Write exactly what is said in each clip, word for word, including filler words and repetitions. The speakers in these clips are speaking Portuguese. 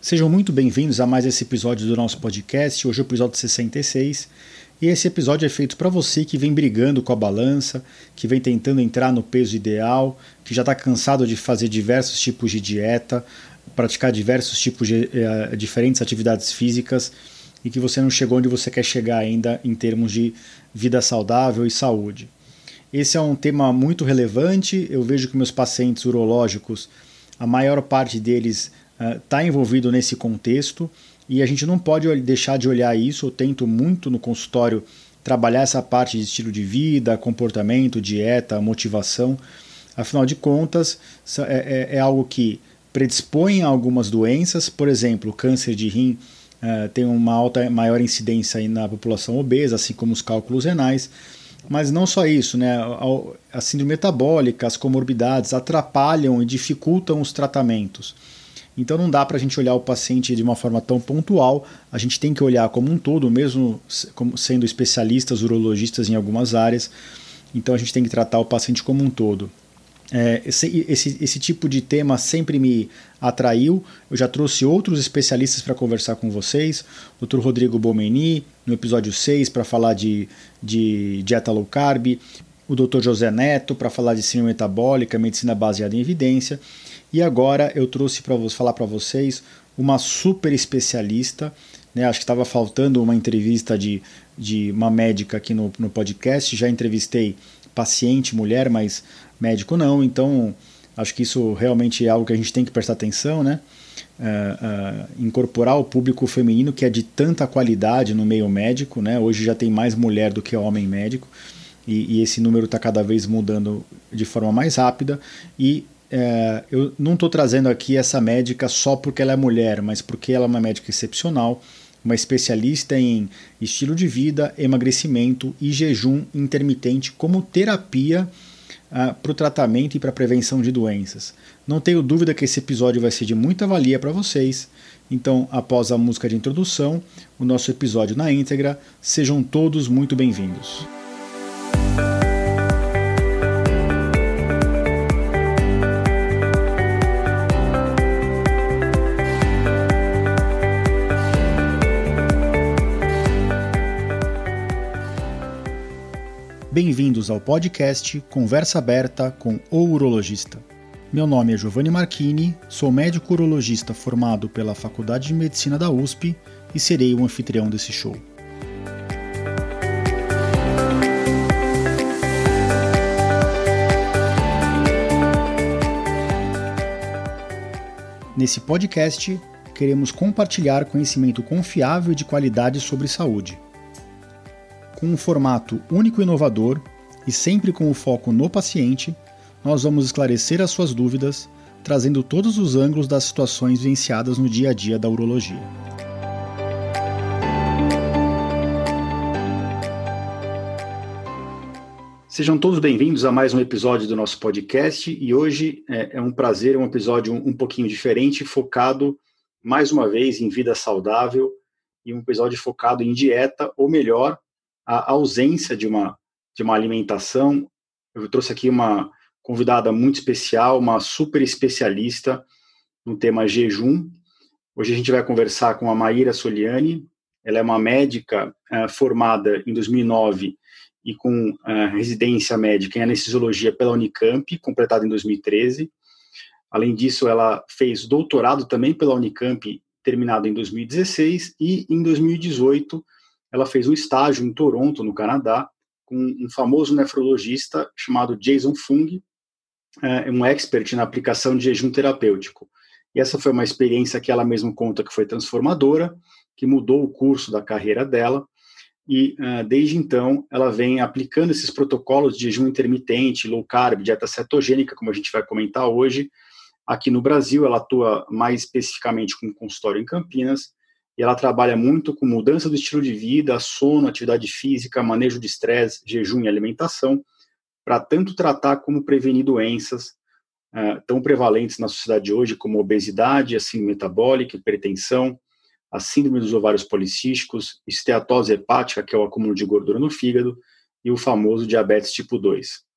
Sejam muito bem-vindos a mais esse episódio do nosso podcast. Hoje é o episódio sessenta e seis. E esse episódio é feito para você que vem brigando com a balança, que vem tentando entrar no peso ideal, que já está cansado de fazer diversos tipos de dieta, praticar diversos tipos de uh, diferentes atividades físicas e que você não chegou onde você quer chegar ainda em termos de vida saudável e saúde. Esse é um tema muito relevante. Eu vejo que meus pacientes urológicos, a maior parte deles está uh, envolvido nesse contexto e a gente não pode deixar de olhar isso. Eu tento muito no consultório trabalhar essa parte de estilo de vida, comportamento, dieta, motivação. Afinal de contas, é, é, é algo que predispõe a algumas doenças. Por exemplo, o câncer de rim uh, tem uma alta, maior incidência aí na população obesa, assim como os cálculos renais. Mas não só isso, né? A síndrome metabólica, as comorbidades atrapalham e dificultam os tratamentos. Então não dá para a gente olhar o paciente de uma forma tão pontual, a gente tem que olhar como um todo, mesmo sendo especialistas, urologistas em algumas áreas, então a gente tem que tratar o paciente como um todo. É, esse, esse, esse tipo de tema sempre me atraiu. Eu já trouxe outros especialistas para conversar com vocês, o doutor Rodrigo Bomeni, no episódio seis, para falar de, de dieta low carb, o doutor José Neto, para falar de síndrome metabólica, medicina baseada em evidência, e agora eu trouxe para falar para vocês uma super especialista, né? Acho que estava faltando uma entrevista de, de uma médica aqui no, no podcast. Já entrevistei paciente, mulher, mas médico não, então acho que isso realmente é algo que a gente tem que prestar atenção, né? Uh, uh, incorporar o público feminino, que é de tanta qualidade no meio médico, né? Hoje já tem mais mulher do que homem médico, e, e esse número está cada vez mudando de forma mais rápida, e uh, eu não estou trazendo aqui essa médica só porque ela é mulher, mas porque ela é uma médica excepcional, uma especialista em estilo de vida, emagrecimento e jejum intermitente como terapia uh, para o tratamento e para a prevenção de doenças. Não tenho dúvida que esse episódio vai ser de muita valia para vocês. Então, após a música de introdução, o nosso episódio na íntegra, sejam todos muito bem-vindos. Bem-vindos ao podcast Conversa Aberta com o Urologista. Meu nome é Giovanni Marchini, sou médico urologista formado pela Faculdade de Medicina da U S P e serei o anfitrião desse show. Nesse podcast, queremos compartilhar conhecimento confiável e de qualidade sobre saúde. Com um formato único e inovador e sempre com o foco no paciente, nós vamos esclarecer as suas dúvidas, trazendo todos os ângulos das situações vivenciadas no dia a dia da urologia. Sejam todos bem-vindos a mais um episódio do nosso podcast, e hoje é, é um prazer, um episódio um, um pouquinho diferente, focado mais uma vez em vida saudável e um episódio focado em dieta, ou melhor, a ausência de uma, de uma alimentação. Eu trouxe aqui uma convidada muito especial, uma super especialista no tema jejum. Hoje a gente vai conversar com a Maíra Soliani. Ela é uma médica uh, formada em dois mil e nove e com uh, residência médica em anestesiologia pela Unicamp, completada em dois mil e treze. Além disso, ela fez doutorado também pela Unicamp, terminado em dois mil e dezesseis, e em dois mil e dezoito ela fez um estágio em Toronto, no Canadá, com um famoso nefrologista chamado Jason Fung, um expert na aplicação de jejum terapêutico. E essa foi uma experiência que ela mesma conta que foi transformadora, que mudou o curso da carreira dela, e desde então ela vem aplicando esses protocolos de jejum intermitente, low carb, dieta cetogênica, como a gente vai comentar hoje. Aqui no Brasil, ela atua mais especificamente com um consultório em Campinas, e ela trabalha muito com mudança do estilo de vida, sono, atividade física, manejo de estresse, jejum e alimentação, para tanto tratar como prevenir doenças uh, tão prevalentes na sociedade de hoje, como obesidade, a síndrome metabólica, hipertensão, a síndrome dos ovários policísticos, esteatose hepática, que é o acúmulo de gordura no fígado, e o famoso diabetes tipo dois.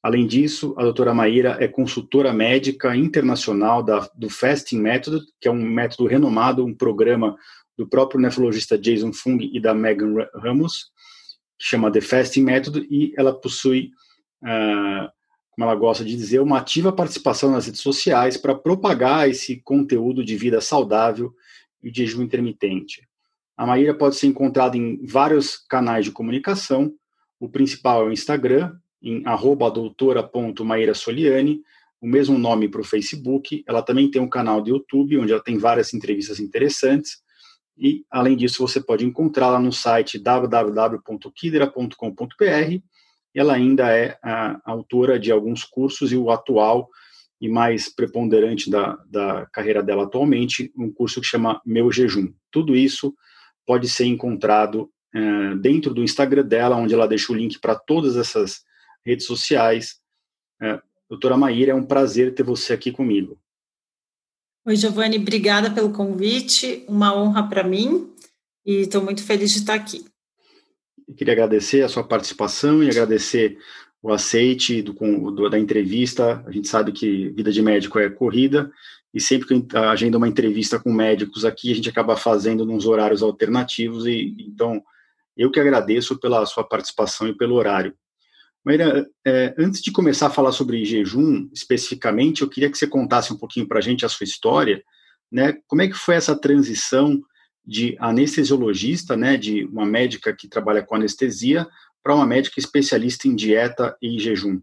Além disso, a doutora Maíra é consultora médica internacional da, do Fasting Method, que é um método renomado, um programa do próprio nefrologista Jason Fung e da Megan Ramos, que chama The Fasting Method, e ela possui, uh, como ela gosta de dizer, uma ativa participação nas redes sociais para propagar esse conteúdo de vida saudável e de jejum intermitente. A Maíra pode ser encontrada em vários canais de comunicação. O principal é o Instagram, em arroba doutora ponto maíra soliani, o mesmo nome para o Facebook. Ela também tem um canal do YouTube, onde ela tem várias entrevistas interessantes. E, além disso, você pode encontrá-la no site w w w ponto kidera ponto com ponto b r. Ela ainda é a autora de alguns cursos e o atual e mais preponderante da, da carreira dela atualmente, um curso que chama Meu Jejum. Tudo isso pode ser encontrado é, dentro do Instagram dela, onde ela deixa o link para todas essas redes sociais. É, doutora Maíra, é um prazer ter você aqui comigo. Oi, Giovanni, obrigada pelo convite, uma honra para mim e estou muito feliz de estar aqui. Eu queria agradecer a sua participação e agradecer o aceite do, do, da entrevista. A gente sabe que vida de médico é corrida e sempre que a agenda uma entrevista com médicos aqui, a gente acaba fazendo nos horários alternativos e então eu que agradeço pela sua participação e pelo horário. Maíra, é, antes de começar a falar sobre jejum especificamente, eu queria que você contasse um pouquinho para a gente a sua história, né? Como é que foi essa transição de anestesiologista, né, de uma médica que trabalha com anestesia, para uma médica especialista em dieta e jejum?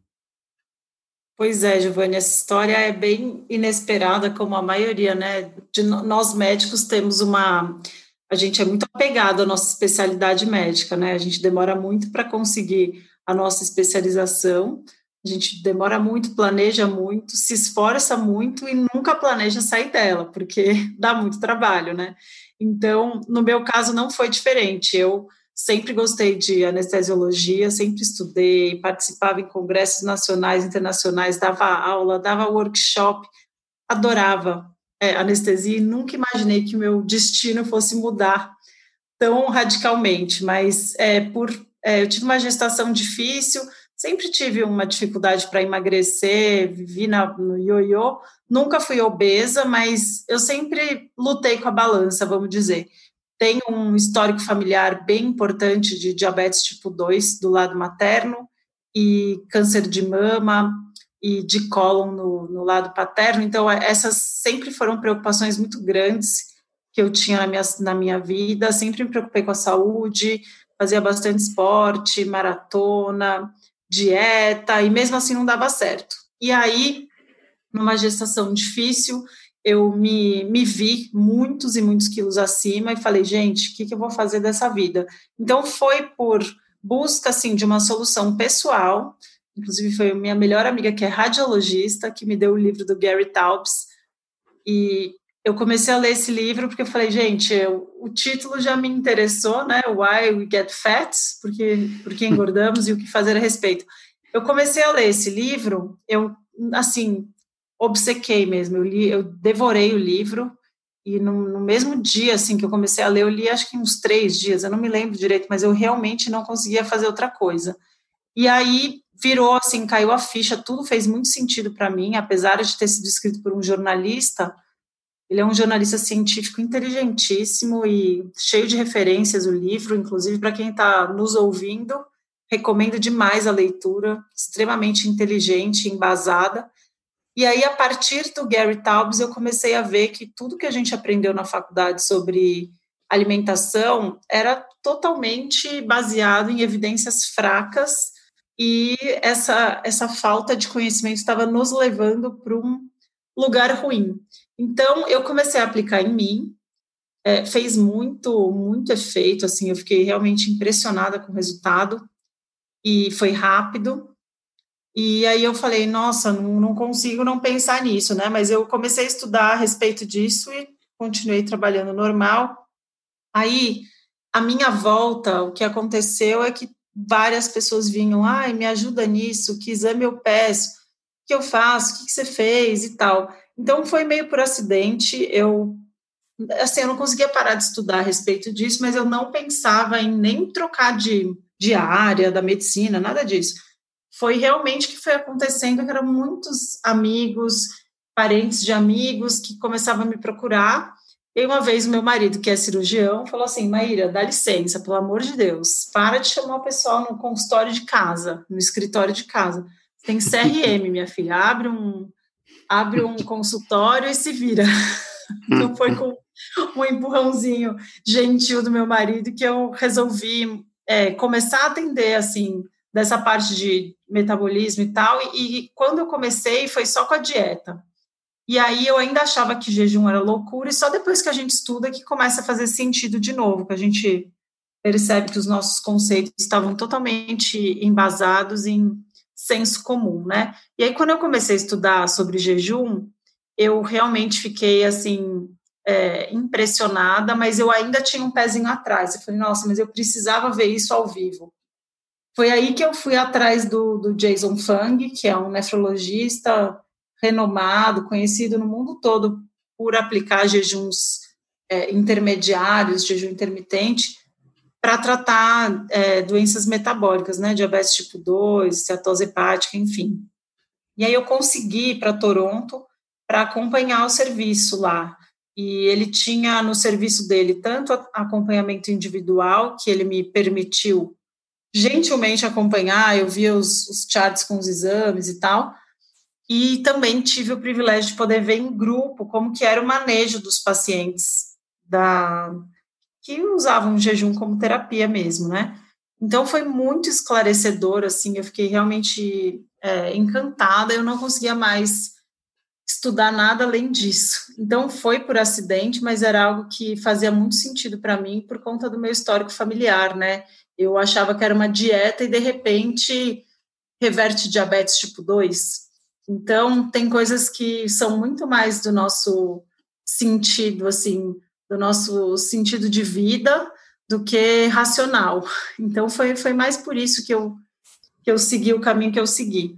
Pois é, Giovanni, essa história é bem inesperada, como a maioria, né? De nós médicos temos uma... A gente é muito apegado à nossa especialidade médica, né? A gente demora muito para conseguir a nossa especialização, a gente demora muito, planeja muito, se esforça muito e nunca planeja sair dela, porque dá muito trabalho, né? Então, no meu caso, não foi diferente. Eu sempre gostei de anestesiologia, sempre estudei, participava em congressos nacionais e internacionais, dava aula, dava workshop, adorava é, anestesia e nunca imaginei que o meu destino fosse mudar tão radicalmente, mas é, por, é, eu tive uma gestação difícil, sempre tive uma dificuldade para emagrecer, vivi na, no ioiô, nunca fui obesa, mas eu sempre lutei com a balança, vamos dizer. Tenho um histórico familiar bem importante de diabetes tipo dois do lado materno e câncer de mama e de cólon no, no lado paterno, então essas sempre foram preocupações muito grandes que eu tinha na minha, na minha vida, sempre me preocupei com a saúde, fazia bastante esporte, maratona, dieta, e mesmo assim não dava certo. E aí, numa gestação difícil, eu me, me vi muitos e muitos quilos acima e falei, gente, o que, que eu vou fazer dessa vida? Então, foi por busca, assim, de uma solução pessoal, inclusive foi a minha melhor amiga, que é radiologista, que me deu o livro do Gary Taubes, e eu comecei a ler esse livro porque eu falei, gente, eu, o título já me interessou, né? Why We Get Fat, porque, porque engordamos e o que fazer a respeito. Eu comecei a ler esse livro, eu, assim, obcequei mesmo, eu, li, eu devorei o livro e no, no mesmo dia, assim, que eu comecei a ler, eu li acho que uns três dias, eu não me lembro direito, mas eu realmente não conseguia fazer outra coisa. E aí virou, assim, caiu a ficha, tudo fez muito sentido para mim, apesar de ter sido escrito por um jornalista. Ele é um jornalista científico inteligentíssimo e cheio de referências, o livro, inclusive para quem está nos ouvindo, recomendo demais a leitura, extremamente inteligente, embasada. E aí, a partir do Gary Taubes, eu comecei a ver que tudo que a gente aprendeu na faculdade sobre alimentação era totalmente baseado em evidências fracas e essa, essa falta de conhecimento estava nos levando para um lugar ruim. Então, eu comecei a aplicar em mim, é, fez muito, muito efeito, assim, eu fiquei realmente impressionada com o resultado, e foi rápido, e aí eu falei, nossa, não, não consigo não pensar nisso, né, mas eu comecei a estudar a respeito disso e continuei trabalhando normal. Aí, a minha volta, o que aconteceu é que várias pessoas vinham, ai, me ajuda nisso, que exame eu peço, o que eu faço, o que, que você fez e tal. Então, foi meio por acidente, eu, assim, eu não conseguia parar de estudar a respeito disso, mas eu não pensava em nem trocar de, de área da medicina, nada disso. foi realmente que foi acontecendo, que eram muitos amigos, parentes de amigos que começavam a me procurar. E uma vez o meu marido, que é cirurgião, falou assim: Maíra, dá licença, pelo amor de Deus, para de chamar o pessoal no consultório de casa, no escritório de casa. Você tem C R M, minha filha, abre um, abre um consultório e se vira. Então foi com um empurrãozinho gentil do meu marido que eu resolvi é, começar a atender, assim, dessa parte de metabolismo e tal, e, e quando eu comecei foi só com a dieta. E aí eu ainda achava que jejum era loucura, e só depois que a gente estuda que começa a fazer sentido de novo, que a gente percebe que os nossos conceitos estavam totalmente embasados em senso comum, né? E aí quando eu comecei a estudar sobre jejum, eu realmente fiquei, assim, é, impressionada, mas eu ainda tinha um pezinho atrás. Eu falei, nossa, mas eu precisava ver isso ao vivo. Foi aí que eu fui atrás do, do Jason Fung, que é um nefrologista renomado, conhecido no mundo todo por aplicar jejuns é, intermediários, jejum intermitente, para tratar é, doenças metabólicas, né, diabetes tipo dois, cetose hepática, enfim. E aí eu consegui ir para Toronto para acompanhar o serviço lá. E ele tinha no serviço dele tanto acompanhamento individual, que ele me permitiu gentilmente acompanhar, eu via os, os charts com os exames e tal, e também tive o privilégio de poder ver em grupo como que era o manejo dos pacientes da, que usavam o jejum como terapia mesmo, né? Então foi muito esclarecedor, assim, eu fiquei realmente é, encantada, eu não conseguia mais estudar nada além disso. Então foi por acidente, mas era algo que fazia muito sentido para mim por conta do meu histórico familiar, né? Eu achava que era uma dieta e de repente reverte diabetes tipo dois. Então tem coisas que são muito mais do nosso sentido, assim, do nosso sentido de vida do que racional. Então foi, foi mais por isso que eu, que eu segui o caminho que eu segui.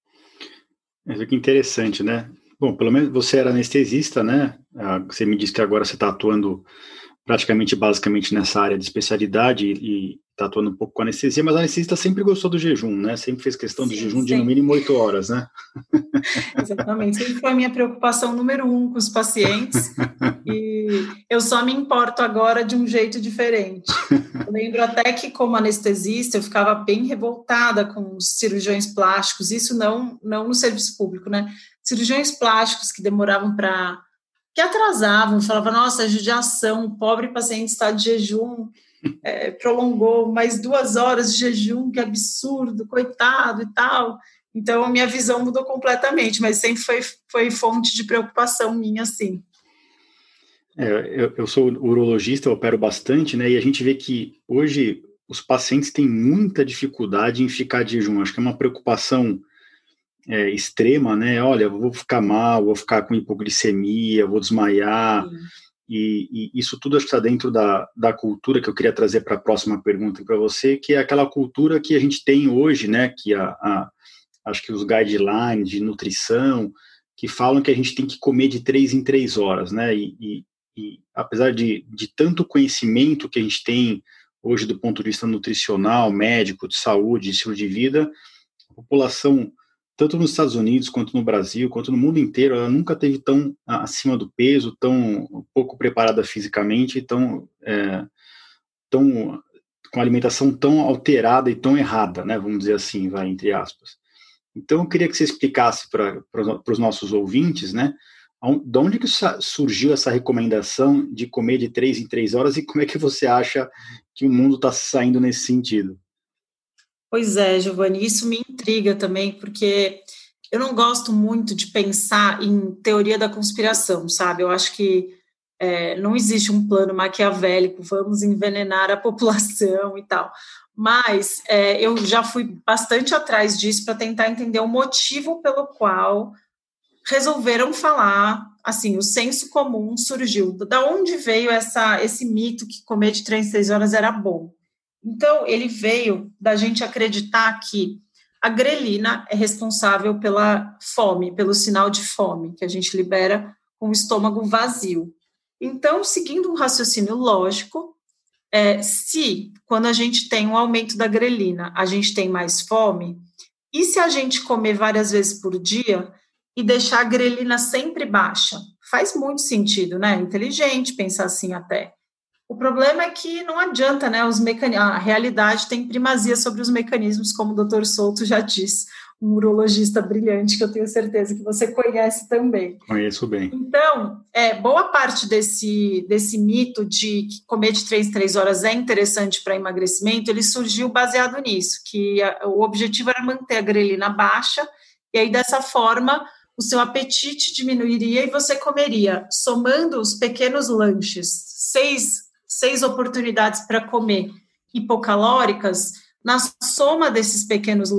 Mas que interessante, né? Bom, pelo menos você era anestesista, né? Você me disse que agora você está atuando praticamente, basicamente nessa área de especialidade e está atuando um pouco com anestesia, mas a anestesista sempre gostou do jejum, né? Sempre fez questão do Sim, jejum de sim. no mínimo oito horas, né? Exatamente, sempre foi a minha preocupação número um com os pacientes, e eu só me importo agora de um jeito diferente. Eu lembro até que, como anestesista, eu ficava bem revoltada com os cirurgiões plásticos, isso não, não no serviço público, né? Cirurgiões plásticos que demoravam para... que atrasavam, falava, nossa, judiação, o pobre paciente está de jejum, é, prolongou mais duas horas de jejum, que absurdo, coitado e tal. Então, a minha visão mudou completamente, mas sempre foi, foi fonte de preocupação minha, sim. É, eu, eu sou urologista, eu opero bastante, né? E a gente vê que hoje os pacientes têm muita dificuldade em ficar de jejum. Acho que é uma preocupação é, extrema, né? Olha, eu vou ficar mal, vou ficar com hipoglicemia, vou desmaiar. E, e isso tudo acho que está dentro da, da cultura que eu queria trazer para a próxima pergunta para você, que é aquela cultura que a gente tem hoje, né? Que a, a, acho que os guidelines de nutrição que falam que a gente tem que comer de três em três horas, né? E, e, e apesar de, de tanto conhecimento que a gente tem hoje do ponto de vista nutricional, médico, de saúde, de estilo de vida, a população, tanto nos Estados Unidos, quanto no Brasil, quanto no mundo inteiro, ela nunca teve tão acima do peso, tão pouco preparada fisicamente, tão, é, tão com a alimentação tão alterada e tão errada, né? Vamos dizer assim, vai, entre aspas. Então, eu queria que você explicasse para os nossos ouvintes, né, de onde que surgiu essa recomendação de comer de três em três horas e como é que você acha que o mundo está saindo nesse sentido? Pois é, Giovanni, isso me intriga também, porque eu não gosto muito de pensar em teoria da conspiração, sabe? Eu acho que é, não existe um plano maquiavélico, vamos envenenar a população e tal. Mas é, eu já fui bastante atrás disso para tentar entender o motivo pelo qual resolveram falar, assim, o senso comum surgiu. Da onde veio essa, esse mito que comer de três, três horas era bom? Então, ele veio da gente acreditar que a grelina é responsável pela fome, pelo sinal de fome que a gente libera com o estômago vazio. Então, seguindo um raciocínio lógico, é, se quando a gente tem um aumento da grelina, a gente tem mais fome, E se a gente comer várias vezes por dia e deixar a grelina sempre baixa? Faz muito sentido, né? Inteligente pensar assim até. O problema é que não adianta, né? Os mecan... A realidade tem primazia sobre os mecanismos, como o doutor Souto já disse, um urologista brilhante que eu tenho certeza que você conhece também. Conheço bem. Então, é, boa parte desse, desse mito de que comer de três em três horas é interessante para emagrecimento, ele surgiu baseado nisso, que a, o objetivo era manter a grelina baixa, e aí dessa forma o seu apetite diminuiria e você comeria, somando os pequenos lanches, seis, seis oportunidades para comer hipocalóricas, na soma desses pequenos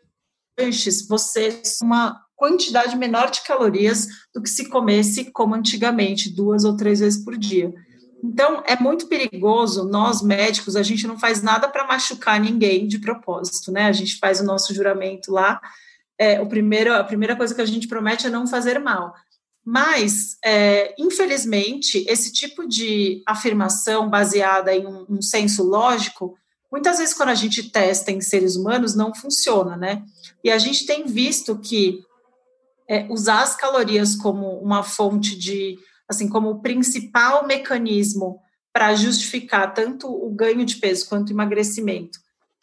lanches, você uma quantidade menor de calorias do que se comesse como antigamente, duas ou três vezes por dia. Então, é muito perigoso, nós médicos, a gente não faz nada para machucar ninguém de propósito, né? A gente faz o nosso juramento lá, é, o primeiro, a primeira coisa que a gente promete é não fazer mal. Mas, é, infelizmente, esse tipo de afirmação baseada em um, um senso lógico, muitas vezes quando a gente testa em seres humanos, não funciona, né? E a gente tem visto que é, usar as calorias como uma fonte de, assim, como o principal mecanismo para justificar tanto o ganho de peso quanto o emagrecimento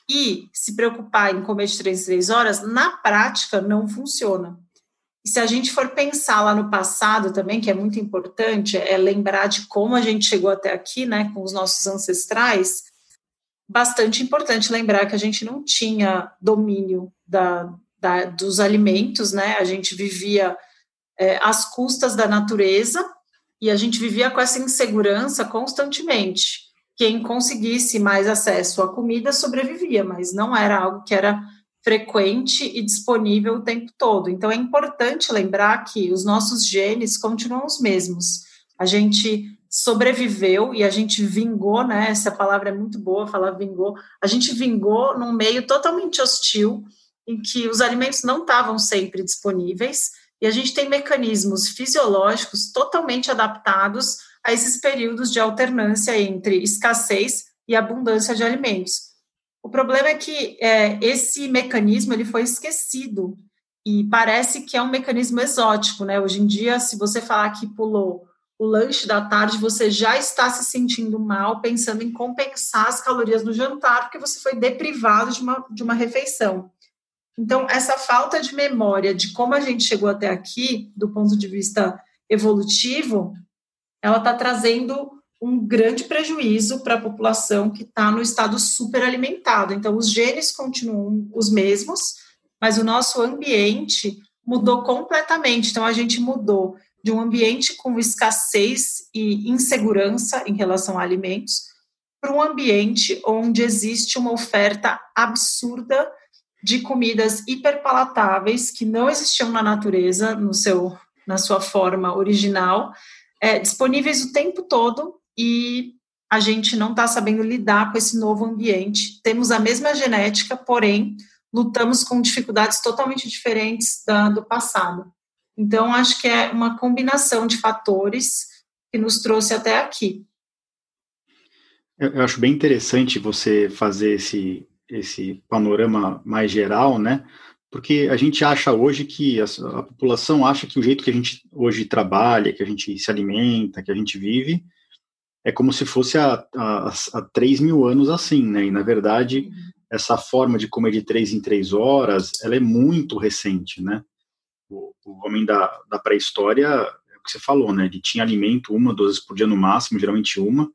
e se preocupar em comer de três em três horas, na prática não funciona. E se a gente for pensar lá no passado também, que é muito importante, é lembrar de como a gente chegou até aqui, né, com os nossos ancestrais, bastante importante lembrar que a gente não tinha domínio da, da, dos alimentos, né, a gente vivia é, às custas da natureza e a gente vivia com essa insegurança constantemente. Quem conseguisse mais acesso à comida sobrevivia, mas não era algo que era frequente e disponível o tempo todo. Então, é importante lembrar que os nossos genes continuam os mesmos. A gente sobreviveu e a gente vingou, né? Essa palavra é muito boa, falar vingou. A gente vingou num meio totalmente hostil, em que os alimentos não estavam sempre disponíveis, e a gente tem mecanismos fisiológicos totalmente adaptados a esses períodos de alternância entre escassez e abundância de alimentos. O problema é que é, esse mecanismo ele foi esquecido e parece que é um mecanismo exótico, né? Hoje em dia, se você falar que pulou o lanche da tarde, você já está se sentindo mal, pensando em compensar as calorias do jantar, porque você foi deprivado de uma, de uma refeição. Então, essa falta de memória de como a gente chegou até aqui, do ponto de vista evolutivo, ela está trazendo um grande prejuízo para a população que está no estado superalimentado. Então, os genes continuam os mesmos, mas o nosso ambiente mudou completamente. Então, a gente mudou de um ambiente com escassez e insegurança em relação a alimentos para um ambiente onde existe uma oferta absurda de comidas hiperpalatáveis que não existiam na natureza, no seu, na sua forma original, é, disponíveis o tempo todo, e a gente não está sabendo lidar com esse novo ambiente. Temos a mesma genética, porém, lutamos com dificuldades totalmente diferentes da, do passado. Então, acho que é uma combinação de fatores que nos trouxe até aqui. Eu, eu acho bem interessante você fazer esse, esse panorama mais geral, né? Porque a gente acha hoje que, a, a população acha que o jeito que a gente hoje trabalha, que a gente se alimenta, que a gente vive, é como se fosse há, há, há três mil anos assim, né? E, na verdade, essa forma de comer de três em três horas, ela é muito recente, né? O, o homem da, da pré-história, é o que você falou, né? Ele tinha alimento uma, duas vezes por dia no máximo, geralmente uma.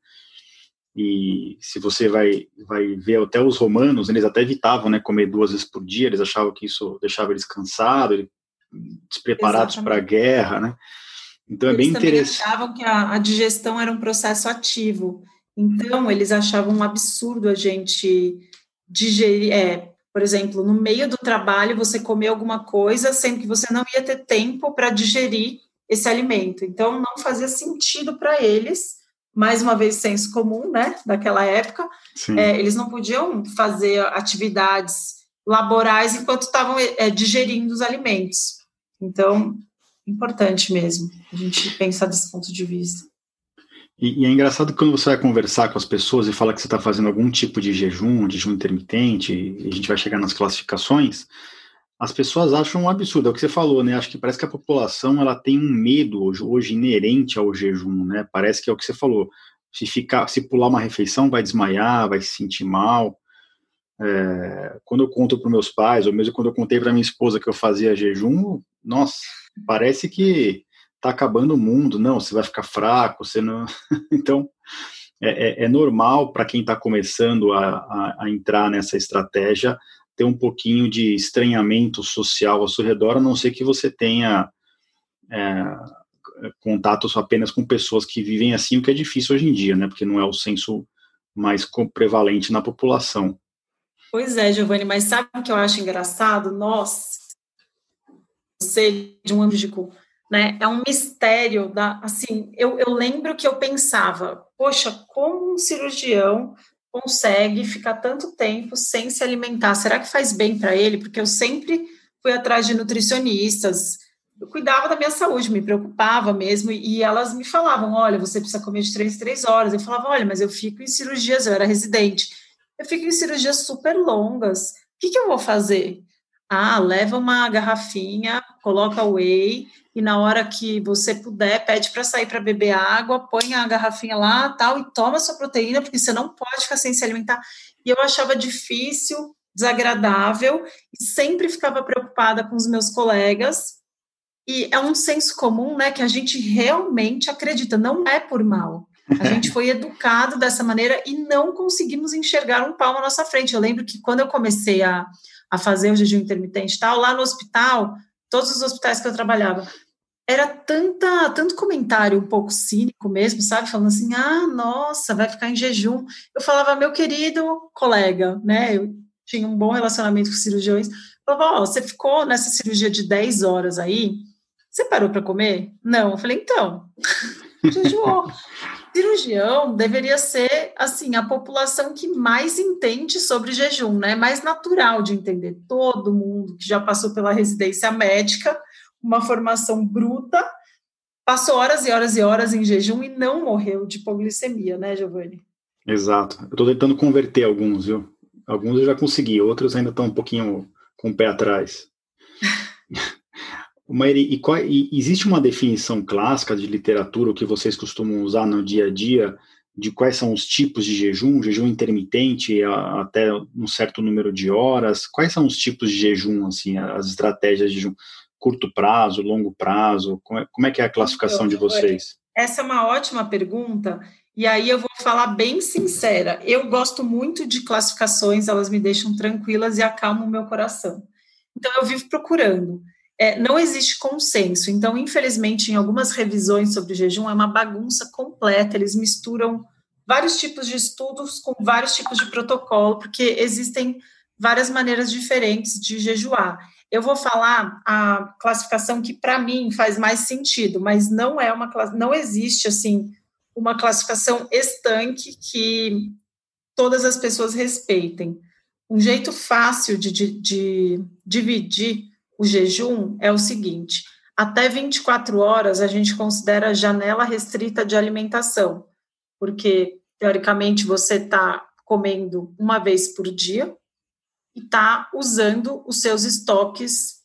E se você vai, vai ver até os romanos, eles até evitavam, né, comer duas vezes por dia, eles achavam que isso deixava eles cansados, despreparados para a guerra, né? Então eles é bem interessante. Eles também achavam que a, a digestão era um processo ativo, então eles achavam um absurdo a gente digerir, é, por exemplo, no meio do trabalho você comer alguma coisa, sendo que você não ia ter tempo para digerir esse alimento, então não fazia sentido para eles. Mais uma vez, senso comum, né, daquela época, é, eles não podiam fazer atividades laborais enquanto estavam é, digerindo os alimentos. Então, importante mesmo a gente pensar desse ponto de vista. E, e é engraçado que quando você vai conversar com as pessoas e fala que você está fazendo algum tipo de jejum, de jejum intermitente, e a gente vai chegar nas classificações, as pessoas acham um absurdo, é o que você falou, né? Acho que parece que a população ela tem um medo hoje, hoje inerente ao jejum, né? Parece que é o que você falou. Se ficar, se pular uma refeição, vai desmaiar, vai se sentir mal. É, quando eu conto para meus pais, ou mesmo quando eu contei para minha esposa que eu fazia jejum, nossa, parece que está acabando o mundo. Não, você vai ficar fraco, você não. Então, é, é, é normal para quem está começando a, a, a entrar nessa estratégia ter um pouquinho de estranhamento social ao seu redor, a não ser que você tenha é, contato apenas com pessoas que vivem assim, o que é difícil hoje em dia, né? Porque não é o senso mais prevalente na população. Pois é, Giovanni, mas sabe o que eu acho engraçado? Nós, você de um âmbito, né? É um mistério da, assim, eu, eu lembro que eu pensava, poxa, como um cirurgião consegue ficar tanto tempo sem se alimentar? Será que faz bem para ele? Porque eu sempre fui atrás de nutricionistas, eu cuidava da minha saúde, me preocupava mesmo, e elas me falavam, olha, você precisa comer de três, três horas. Eu falava, olha, mas eu fico em cirurgias, eu era residente, eu fico em cirurgias super longas, o que, que eu vou fazer? Ah, leva uma garrafinha, coloca whey, e na hora que você puder, pede para sair para beber água, põe a garrafinha lá, tal, e toma sua proteína, porque você não pode ficar sem se alimentar. E eu achava difícil, desagradável, e sempre ficava preocupada com os meus colegas, e é um senso comum, né, que a gente realmente acredita, não é por mal. A gente foi educado dessa maneira e não conseguimos enxergar um palmo à nossa frente. Eu lembro que quando eu comecei a, a fazer o jejum intermitente e tal, lá no hospital, todos os hospitais que eu trabalhava, era tanta, tanto comentário um pouco cínico mesmo, sabe? Falando assim, ah, nossa, vai ficar em jejum. Eu falava, meu querido colega, né? Eu tinha um bom relacionamento com cirurgiões. Eu falava, ó, oh, você ficou nessa cirurgia de dez horas aí, você parou para comer? Não. Eu falei, então, jejuou. Cirurgião deveria ser, assim, a população que mais entende sobre jejum, né? Mais natural de entender. Todo mundo que já passou pela residência médica, uma formação bruta, passou horas e horas e horas em jejum e não morreu de hipoglicemia, né, Giovanni? Exato. Eu estou tentando converter alguns, viu? Alguns eu já consegui, outros ainda estão um pouquinho com o pé atrás. Maíra, e, qual, e existe uma definição clássica de literatura, o que vocês costumam usar no dia a dia, de quais são os tipos de jejum, jejum intermitente a, até um certo número de horas? Quais são os tipos de jejum, assim, as estratégias de jejum? Curto prazo, longo prazo? Como é, como é que é a classificação então, de vocês? Essa é uma ótima pergunta, e aí eu vou falar bem sincera. Eu gosto muito de classificações, elas me deixam tranquilas e acalmam o meu coração. Então, eu vivo procurando. É, não existe consenso, então, infelizmente, em algumas revisões sobre jejum, é uma bagunça completa, eles misturam vários tipos de estudos com vários tipos de protocolo, porque existem várias maneiras diferentes de jejuar. Eu vou falar a classificação que, para mim, faz mais sentido, mas não é uma não existe, assim, uma classificação estanque que todas as pessoas respeitem. Um jeito fácil de, de, de dividir o jejum é o seguinte: até vinte e quatro horas a gente considera janela restrita de alimentação, porque, teoricamente, você está comendo uma vez por dia e está usando os seus estoques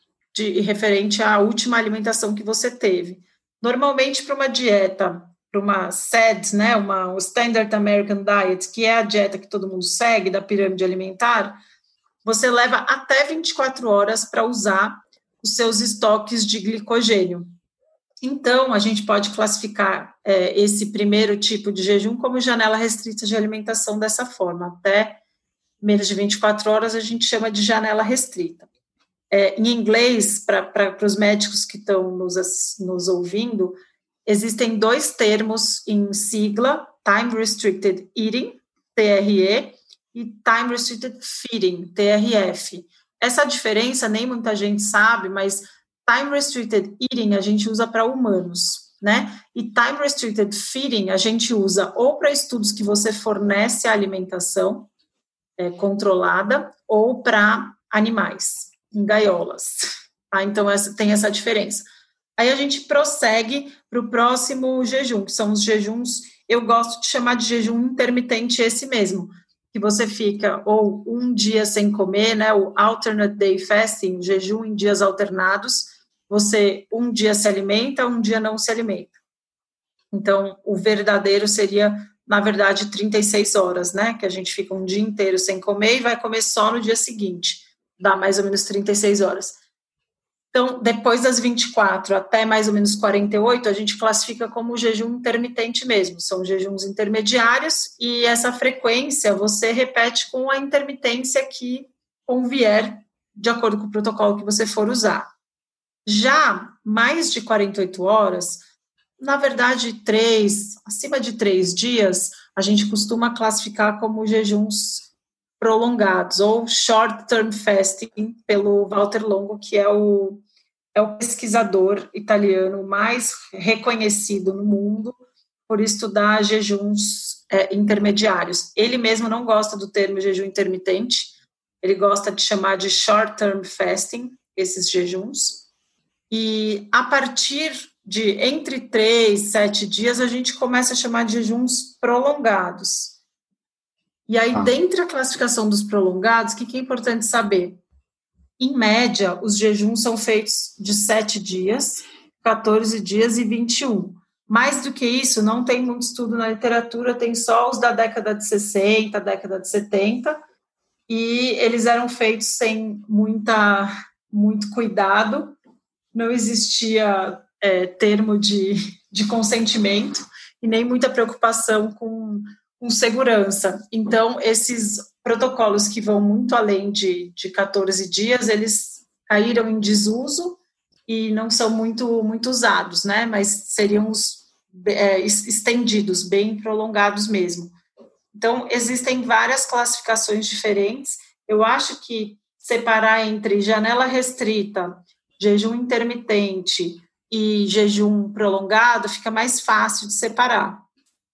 de referente à última alimentação que você teve. Normalmente, para uma dieta, para uma S A D, né, uma, o Standard American Diet, que é a dieta que todo mundo segue, da pirâmide alimentar, você leva até vinte e quatro horas para usar os seus estoques de glicogênio. Então, a gente pode classificar é, esse primeiro tipo de jejum como janela restrita de alimentação dessa forma. Até menos de vinte e quatro horas a gente chama de janela restrita. É, em inglês, para os médicos que estão nos, nos ouvindo, existem dois termos em sigla: Time Restricted Eating, T R E, e Time Restricted Feeding, T R F. Essa diferença nem muita gente sabe, mas Time Restricted Eating a gente usa para humanos, né? E Time Restricted Feeding a gente usa ou para estudos que você fornece a alimentação é, controlada ou para animais, em gaiolas. Tá? Então, essa, tem essa diferença. Aí a gente prossegue para o próximo jejum, que são os jejuns, eu gosto de chamar de jejum intermitente esse mesmo, que você fica ou um dia sem comer, né, o alternate day fasting, jejum em dias alternados, você um dia se alimenta, um dia não se alimenta. Então, o verdadeiro seria, na verdade, trinta e seis horas, né, que a gente fica um dia inteiro sem comer e vai comer só no dia seguinte, dá mais ou menos trinta e seis horas. Então, depois das vinte e quatro até mais ou menos quarenta e oito, a gente classifica como jejum intermitente mesmo, são jejuns intermediários, e essa frequência você repete com a intermitência que convier, de acordo com o protocolo que você for usar. Já mais de quarenta e oito horas, na verdade, três, acima de três dias, a gente costuma classificar como jejuns prolongados, ou short-term fasting, pelo Walter Longo, que é o, é o pesquisador italiano mais reconhecido no mundo por estudar jejuns é, intermediários. Ele mesmo não gosta do termo jejum intermitente, ele gosta de chamar de short-term fasting, esses jejuns, e a partir de entre três e sete dias, a gente começa a chamar de jejuns prolongados. E aí, ah. dentro da classificação dos prolongados, o que, que é importante saber? Em média, os jejuns são feitos de sete dias, quatorze dias e vinte e um. Mais do que isso, não tem muito estudo na literatura, tem só os da década de sessenta, década de setenta, e eles eram feitos sem muita, muito cuidado, não existia é, termo de, de consentimento e nem muita preocupação com com segurança. Então, esses protocolos que vão muito além de, de quatorze dias, eles caíram em desuso e não são muito, muito usados, né? Mas seriam os, é, estendidos, bem prolongados mesmo. Então, existem várias classificações diferentes. Eu acho que separar entre janela restrita, jejum intermitente e jejum prolongado fica mais fácil de separar.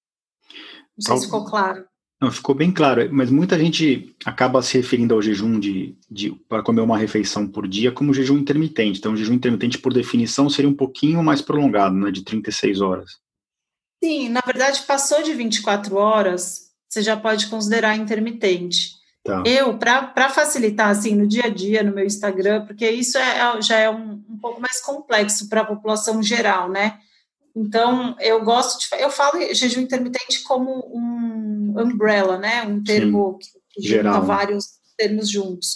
Não sei se ficou claro. Não, ficou bem claro, mas muita gente acaba se referindo ao jejum de, de, para comer uma refeição por dia como jejum intermitente. Então, o jejum intermitente, por definição, seria um pouquinho mais prolongado, né, de trinta e seis horas. Sim, na verdade, passou de vinte e quatro horas, você já pode considerar intermitente. Tá. Eu, para facilitar, assim, no dia a dia, no meu Instagram, porque isso é, já é um, um pouco mais complexo para a população geral, né? Então, eu gosto de... Eu falo jejum intermitente como um umbrella, né? Um termo Sim, que, que junta vários termos juntos.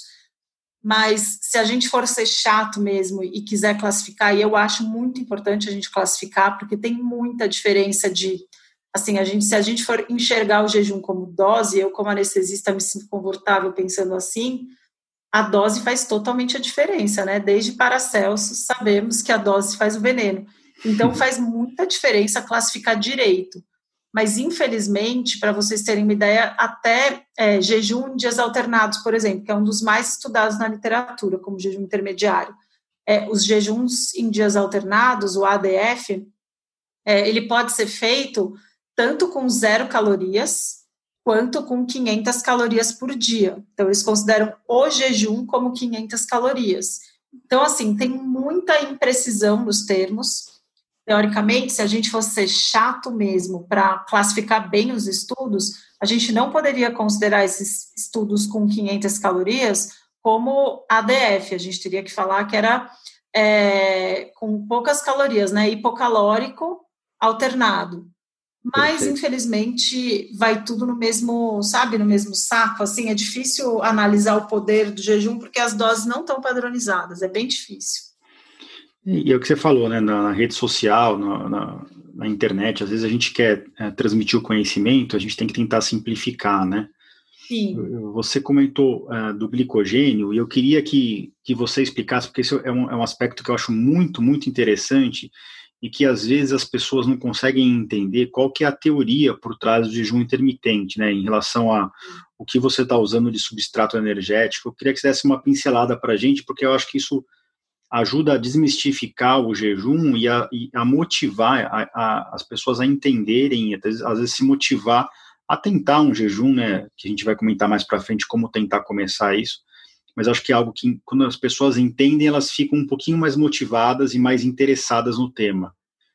Mas, se a gente for ser chato mesmo e quiser classificar, e eu acho muito importante a gente classificar, porque tem muita diferença de... Assim, a gente, se a gente for enxergar o jejum como dose, eu, como anestesista, me sinto confortável pensando assim, a dose faz totalmente a diferença, né? Desde Paracelsus, sabemos que a dose faz o veneno. Então, faz muita diferença classificar direito. Mas, infelizmente, para vocês terem uma ideia, até é, jejum em dias alternados, por exemplo, que é um dos mais estudados na literatura, como jejum intermediário. É, os jejuns em dias alternados, o A D F, é, ele pode ser feito tanto com zero calorias, quanto com quinhentas calorias por dia. Então, eles consideram o jejum como quinhentas calorias. Então, assim, tem muita imprecisão nos termos. Teoricamente, se a gente fosse ser chato mesmo para classificar bem os estudos, a gente não poderia considerar esses estudos com quinhentas calorias como A D F. A gente teria que falar que era é, com poucas calorias, né? Hipocalórico alternado. Mas, Perfeito. Infelizmente, vai tudo no mesmo, sabe, no mesmo saco. Assim, é difícil analisar o poder do jejum porque as doses não estão padronizadas. É bem difícil. E, e é o que você falou, né, na, na rede social, na, na, na internet, às vezes a gente quer é, transmitir o conhecimento, a gente tem que tentar simplificar, né? Sim. Você comentou uh, do glicogênio, e eu queria que, que você explicasse, porque isso é um, é um aspecto que eu acho muito, muito interessante, e que às vezes as pessoas não conseguem entender qual que é a teoria por trás do jejum intermitente, né, em relação a o que você está usando de substrato energético. Eu queria que você desse uma pincelada para a gente, porque eu acho que isso ajuda a desmistificar o jejum e a, e a motivar a, a, as pessoas a entenderem, até, às vezes se motivar a tentar um jejum, né, que a gente vai comentar mais para frente como tentar começar isso, mas acho que é algo que quando as pessoas entendem, elas ficam um pouquinho mais motivadas e mais interessadas no tema.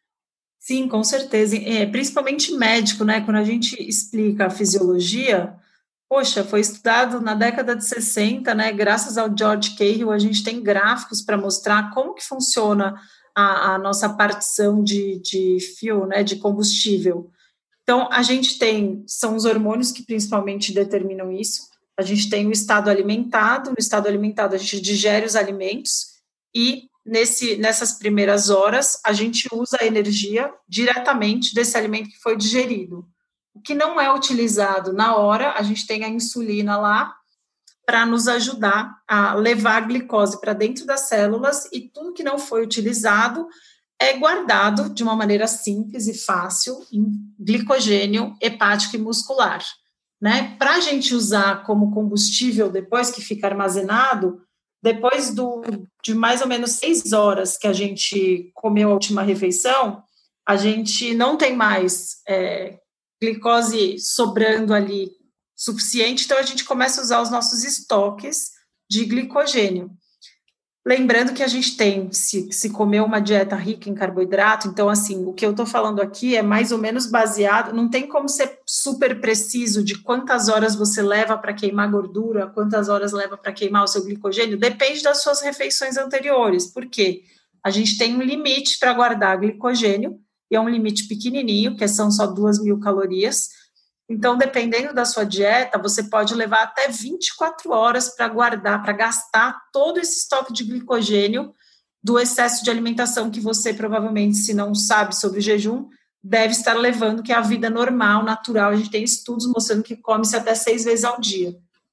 Sim, com certeza, é, principalmente médico, né, quando a gente explica a fisiologia, Poxa, foi estudado na década de sessenta, né? Graças ao George Cahill, a gente tem gráficos para mostrar como que funciona a, a nossa partição de, de fuel, né? De combustível. Então, a gente tem, são os hormônios que principalmente determinam isso. A gente tem o estado alimentado, no estado alimentado a gente digere os alimentos e nesse, nessas primeiras horas a gente usa a energia diretamente desse alimento que foi digerido. O que não é utilizado na hora, a gente tem a insulina lá para nos ajudar a levar a glicose para dentro das células e tudo que não foi utilizado é guardado de uma maneira simples e fácil em glicogênio hepático e muscular. Né? Para a gente usar como combustível depois que fica armazenado, depois do, de mais ou menos seis horas que a gente comeu a última refeição, a gente não tem mais é, glicose sobrando ali suficiente, então a gente começa a usar os nossos estoques de glicogênio. Lembrando que a gente tem, se, se comer uma dieta rica em carboidrato, então, assim, o que eu estou falando aqui é mais ou menos baseado, não tem como ser super preciso de quantas horas você leva para queimar gordura, quantas horas leva para queimar o seu glicogênio, depende das suas refeições anteriores, porque a gente tem um limite para guardar glicogênio, e é um limite pequenininho, que são só duas mil calorias. Então, dependendo da sua dieta, você pode levar até vinte e quatro horas para guardar, para gastar todo esse estoque de glicogênio do excesso de alimentação que você provavelmente, se não sabe sobre o jejum, deve estar levando, que é a vida normal, natural. A gente tem estudos mostrando que come-se até seis vezes ao dia,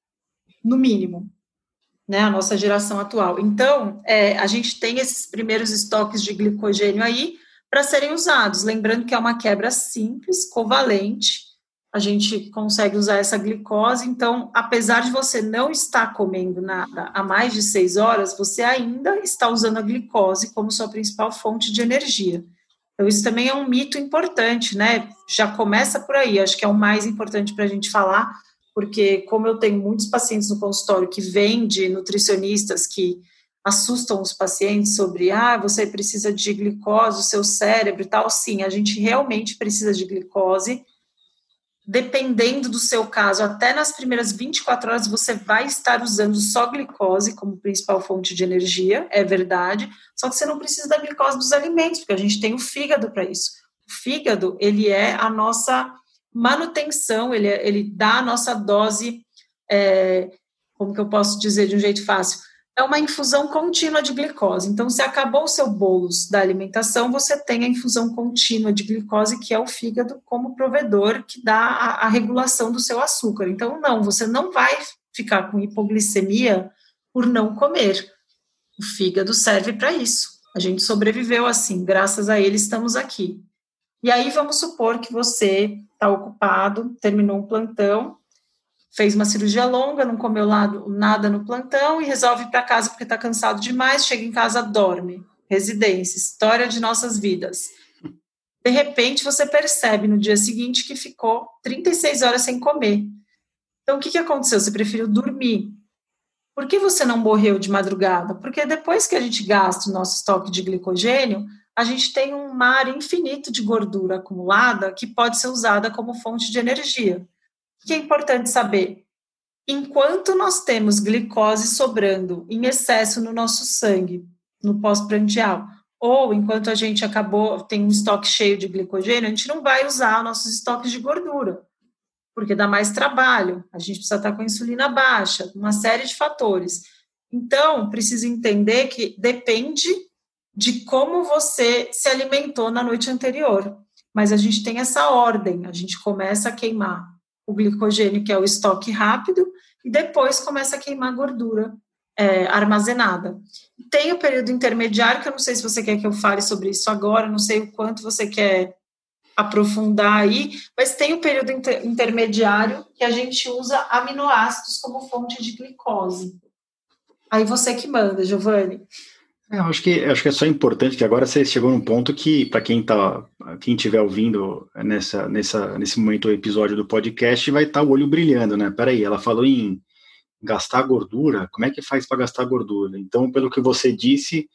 no mínimo, né, a nossa geração atual. Então, é, a gente tem esses primeiros estoques de glicogênio aí para serem usados. Lembrando que é uma quebra simples, covalente, a gente consegue usar essa glicose, então, apesar de você não estar comendo nada há mais de seis horas, você ainda está usando a glicose como sua principal fonte de energia. Então, isso também é um mito importante, né? Já começa por aí, acho que é o mais importante para a gente falar, porque como eu tenho muitos pacientes no consultório que vêm de nutricionistas que assustam os pacientes sobre, ah, você precisa de glicose, o seu cérebro e tal, sim, a gente realmente precisa de glicose. Dependendo do seu caso, até nas primeiras vinte e quatro horas você vai estar usando só glicose como principal fonte de energia, é verdade, só que você não precisa da glicose dos alimentos, porque a gente tem o fígado para isso. O fígado, ele é a nossa manutenção, ele, é, ele dá a nossa dose, é, como que eu posso dizer de um jeito fácil? É uma infusão contínua de glicose. Então, se acabou o seu bolos da alimentação, você tem a infusão contínua de glicose, que é o fígado como provedor que dá a, a regulação do seu açúcar. Então, não, você não vai ficar com hipoglicemia por não comer. O fígado serve para isso. A gente sobreviveu assim, graças a ele estamos aqui. E aí, vamos supor que você está ocupado, terminou um plantão, fez uma cirurgia longa, não comeu nada no plantão e resolve ir para casa porque está cansado demais, chega em casa, dorme. Residência, história de nossas vidas. De repente, você percebe no dia seguinte que ficou trinta e seis horas sem comer. Então, o que, que aconteceu? Você preferiu dormir. Por que você não morreu de madrugada? Porque depois que a gente gasta o nosso estoque de glicogênio, a gente tem um mar infinito de gordura acumulada que pode ser usada como fonte de energia. O que é importante saber? Enquanto nós temos glicose sobrando em excesso no nosso sangue, no pós-prandial, ou enquanto a gente acabou, tem um estoque cheio de glicogênio, a gente não vai usar nossos estoques de gordura, porque dá mais trabalho, a gente precisa estar com a insulina baixa, uma série de fatores. Então, preciso entender que depende de como você se alimentou na noite anterior, mas a gente tem essa ordem, a gente começa a queimar o glicogênio, que é o estoque rápido, e depois começa a queimar gordura é, armazenada. Tem o período intermediário, que eu não sei se você quer que eu fale sobre isso agora, não sei o quanto você quer aprofundar aí, mas tem o período inter- intermediário que a gente usa aminoácidos como fonte de glicose. Aí você que manda, Giovanni. É, eu acho que, eu acho que é só importante que agora você chegou num ponto que, para quem tá, quem estiver ouvindo nessa, nessa, nesse momento o episódio do podcast, vai estar tá o olho brilhando, né? Peraí, ela falou em gastar gordura, como é que faz para gastar gordura? Então, pelo que você disse,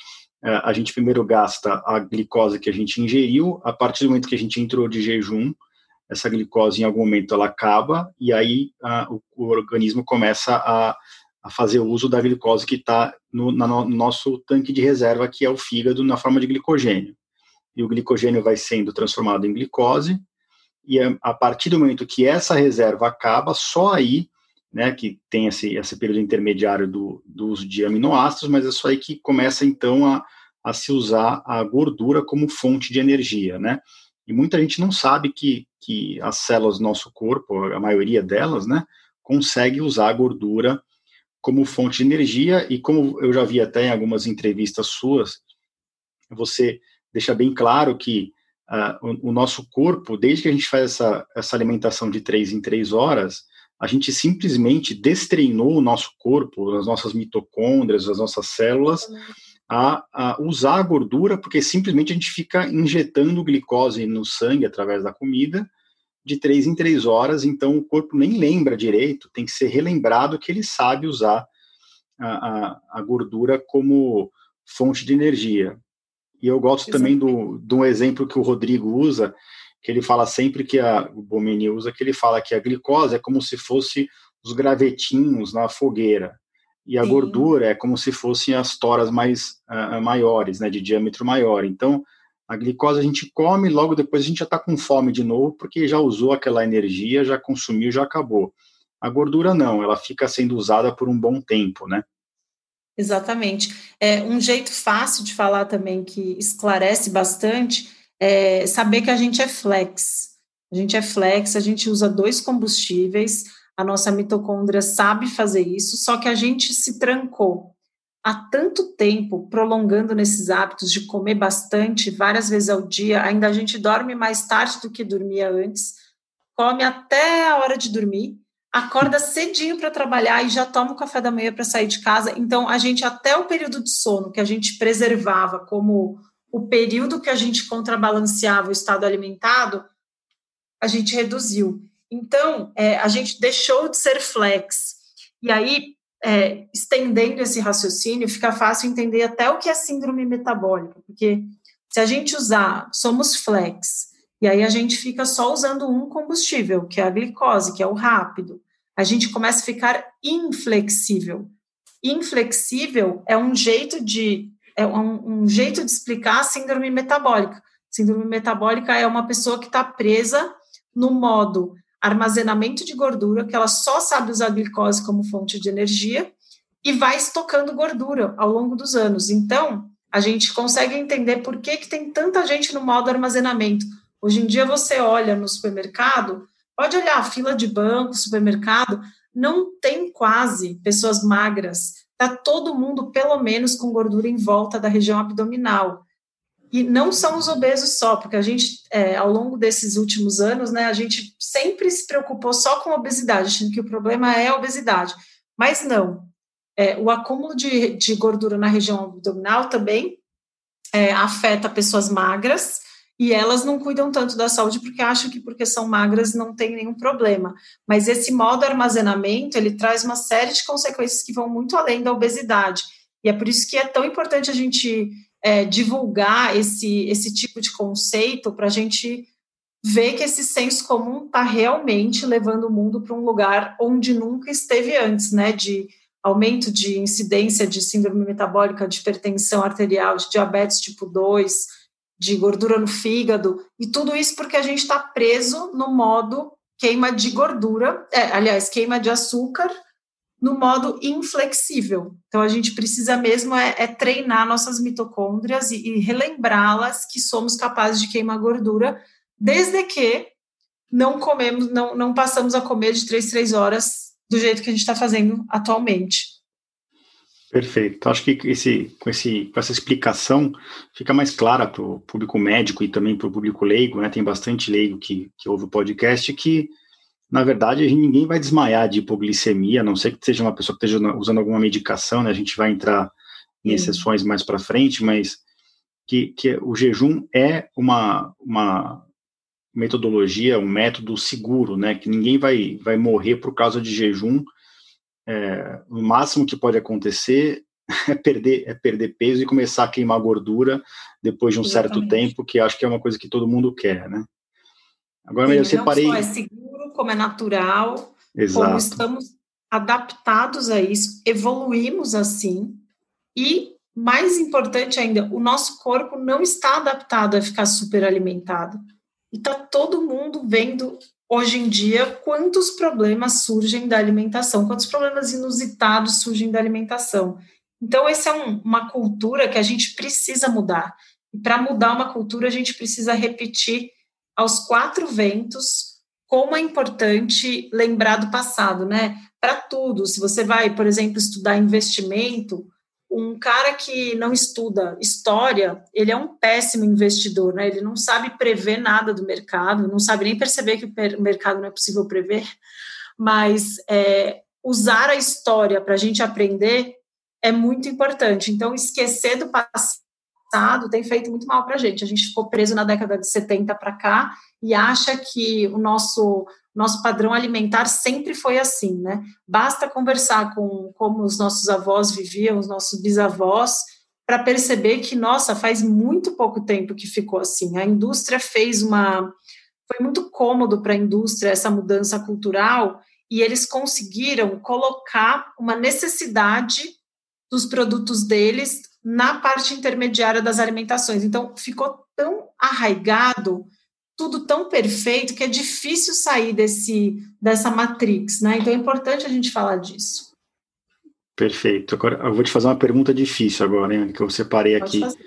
a gente primeiro gasta a glicose que a gente ingeriu, a partir do momento que a gente entrou de jejum, essa glicose em algum momento ela acaba, e aí a, o, o organismo começa a, a fazer uso da glicose que está no, no nosso tanque de reserva, que é o fígado, na forma de glicogênio. E o glicogênio vai sendo transformado em glicose, e a, a partir do momento que essa reserva acaba, só aí, né, que tem esse, esse período intermediário do, do uso de aminoácidos, mas é só aí que começa, então, a, a se usar a gordura como fonte de energia, né? E muita gente não sabe que, que as células do nosso corpo, a maioria delas, né, consegue usar a gordura como fonte de energia, e como eu já vi até em algumas entrevistas suas, você deixa bem claro que uh, o, o nosso corpo, desde que a gente faz essa, essa alimentação de três em três horas, a gente simplesmente destreinou o nosso corpo, as nossas mitocôndrias, as nossas células, a, a usar a gordura, porque simplesmente a gente fica injetando glicose no sangue através da comida de três em três horas, então o corpo nem lembra direito, tem que ser relembrado que ele sabe usar a, a, a gordura como fonte de energia. E eu gosto Exatamente. também do, de um exemplo que o Rodrigo usa, que ele fala sempre que a, o Bomeni usa, que ele fala que a glicose é como se fosse os gravetinhos na fogueira, e a Sim. gordura é como se fossem as toras mais uh, maiores, né, de diâmetro maior. Então, a glicose a gente come, logo depois a gente já está com fome de novo, porque já usou aquela energia, já consumiu, já acabou. A gordura não, ela fica sendo usada por um bom tempo, né? Exatamente. É, um jeito fácil de falar também, que esclarece bastante, é saber que a gente é flex. A gente é flex, a gente usa dois combustíveis, a nossa mitocôndria sabe fazer isso, só que a gente se trancou há tanto tempo prolongando nesses hábitos de comer bastante, várias vezes ao dia, ainda a gente dorme mais tarde do que dormia antes, come até a hora de dormir, acorda cedinho para trabalhar e já toma o café da manhã para sair de casa. Então, a gente, até o período de sono que a gente preservava como o período que a gente contrabalanceava o estado alimentado, a gente reduziu. Então, é, a gente deixou de ser flex. E aí, é, estendendo esse raciocínio, fica fácil entender até o que é síndrome metabólica, porque se a gente usar, somos flex, e aí a gente fica só usando um combustível, que é a glicose, que é o rápido, a gente começa a ficar inflexível. Inflexível é um jeito de, é um, um jeito de explicar a síndrome metabólica. Síndrome metabólica é uma pessoa que está presa no modo armazenamento de gordura, que ela só sabe usar a glicose como fonte de energia e vai estocando gordura ao longo dos anos. Então, a gente consegue entender por que, que tem tanta gente no modo armazenamento. Hoje em dia, você olha no supermercado, pode olhar a fila de banco, supermercado, não tem quase pessoas magras. Está todo mundo, pelo menos, com gordura em volta da região abdominal. E não são os obesos só, porque a gente, é, ao longo desses últimos anos, né, a gente sempre se preocupou só com a obesidade, achando que o problema é a obesidade. Mas não. É, o acúmulo de, de gordura na região abdominal também é, afeta pessoas magras, e elas não cuidam tanto da saúde porque acham que porque são magras não tem nenhum problema. Mas esse modo armazenamento, ele traz uma série de consequências que vão muito além da obesidade. E é por isso que é tão importante a gente é, divulgar esse, esse tipo de conceito para a gente ver que esse senso comum está realmente levando o mundo para um lugar onde nunca esteve antes, né? De aumento de incidência de síndrome metabólica, de hipertensão arterial, de diabetes tipo dois, de gordura no fígado, e tudo isso porque a gente está preso no modo queima de gordura, é, aliás, queima de açúcar, no modo inflexível. Então, a gente precisa mesmo é, é treinar nossas mitocôndrias e, e relembrá-las que somos capazes de queimar gordura, desde que não comemos, não, não passamos a comer de três, três horas do jeito que a gente está fazendo atualmente. Perfeito. Acho que esse, com, esse, com essa explicação fica mais clara para o público médico e também para o público leigo, né? Tem bastante leigo que, que ouve o podcast que, na verdade, ninguém vai desmaiar de hipoglicemia, a não ser que seja uma pessoa que esteja usando alguma medicação, né? A gente vai entrar em exceções mais para frente, mas que, que o jejum é uma, uma metodologia, um método seguro, né? Que ninguém vai, vai morrer por causa de jejum. É, o máximo que pode acontecer é perder, é perder peso e começar a queimar gordura depois de um Exatamente. certo tempo, que acho que é uma coisa que todo mundo quer, né? Agora, Sim, eu separei... Não só é seguro, como é natural, Exato. como estamos adaptados a isso, evoluímos assim, e, mais importante ainda, o nosso corpo não está adaptado a ficar super alimentado. E está todo mundo vendo, hoje em dia, quantos problemas surgem da alimentação, quantos problemas inusitados surgem da alimentação. Então, essa é um, uma cultura que a gente precisa mudar. E para mudar uma cultura, a gente precisa repetir aos quatro ventos como é importante lembrar do passado, né? Para tudo. Se você vai, por exemplo, estudar investimento, um cara que não estuda história, ele é um péssimo investidor, né? Ele não sabe prever nada do mercado, não sabe nem perceber que o mercado não é possível prever, mas é, usar a história para a gente aprender é muito importante. Então, esquecer do passado tem feito muito mal para a gente. A gente ficou preso na década de setenta para cá e acha que o nosso, nosso padrão alimentar sempre foi assim, né? Basta conversar com como os nossos avós viviam, os nossos bisavós, para perceber que, nossa, faz muito pouco tempo que ficou assim. A indústria fez uma... Foi muito cômodo para a indústria essa mudança cultural e eles conseguiram colocar uma necessidade dos produtos deles na parte intermediária das alimentações. Então, ficou tão arraigado, tudo tão perfeito, que é difícil sair desse, dessa matrix, né? Então, é importante a gente falar disso. Perfeito. Agora, eu vou te fazer uma pergunta difícil agora, hein, que eu separei Pode aqui. fazer.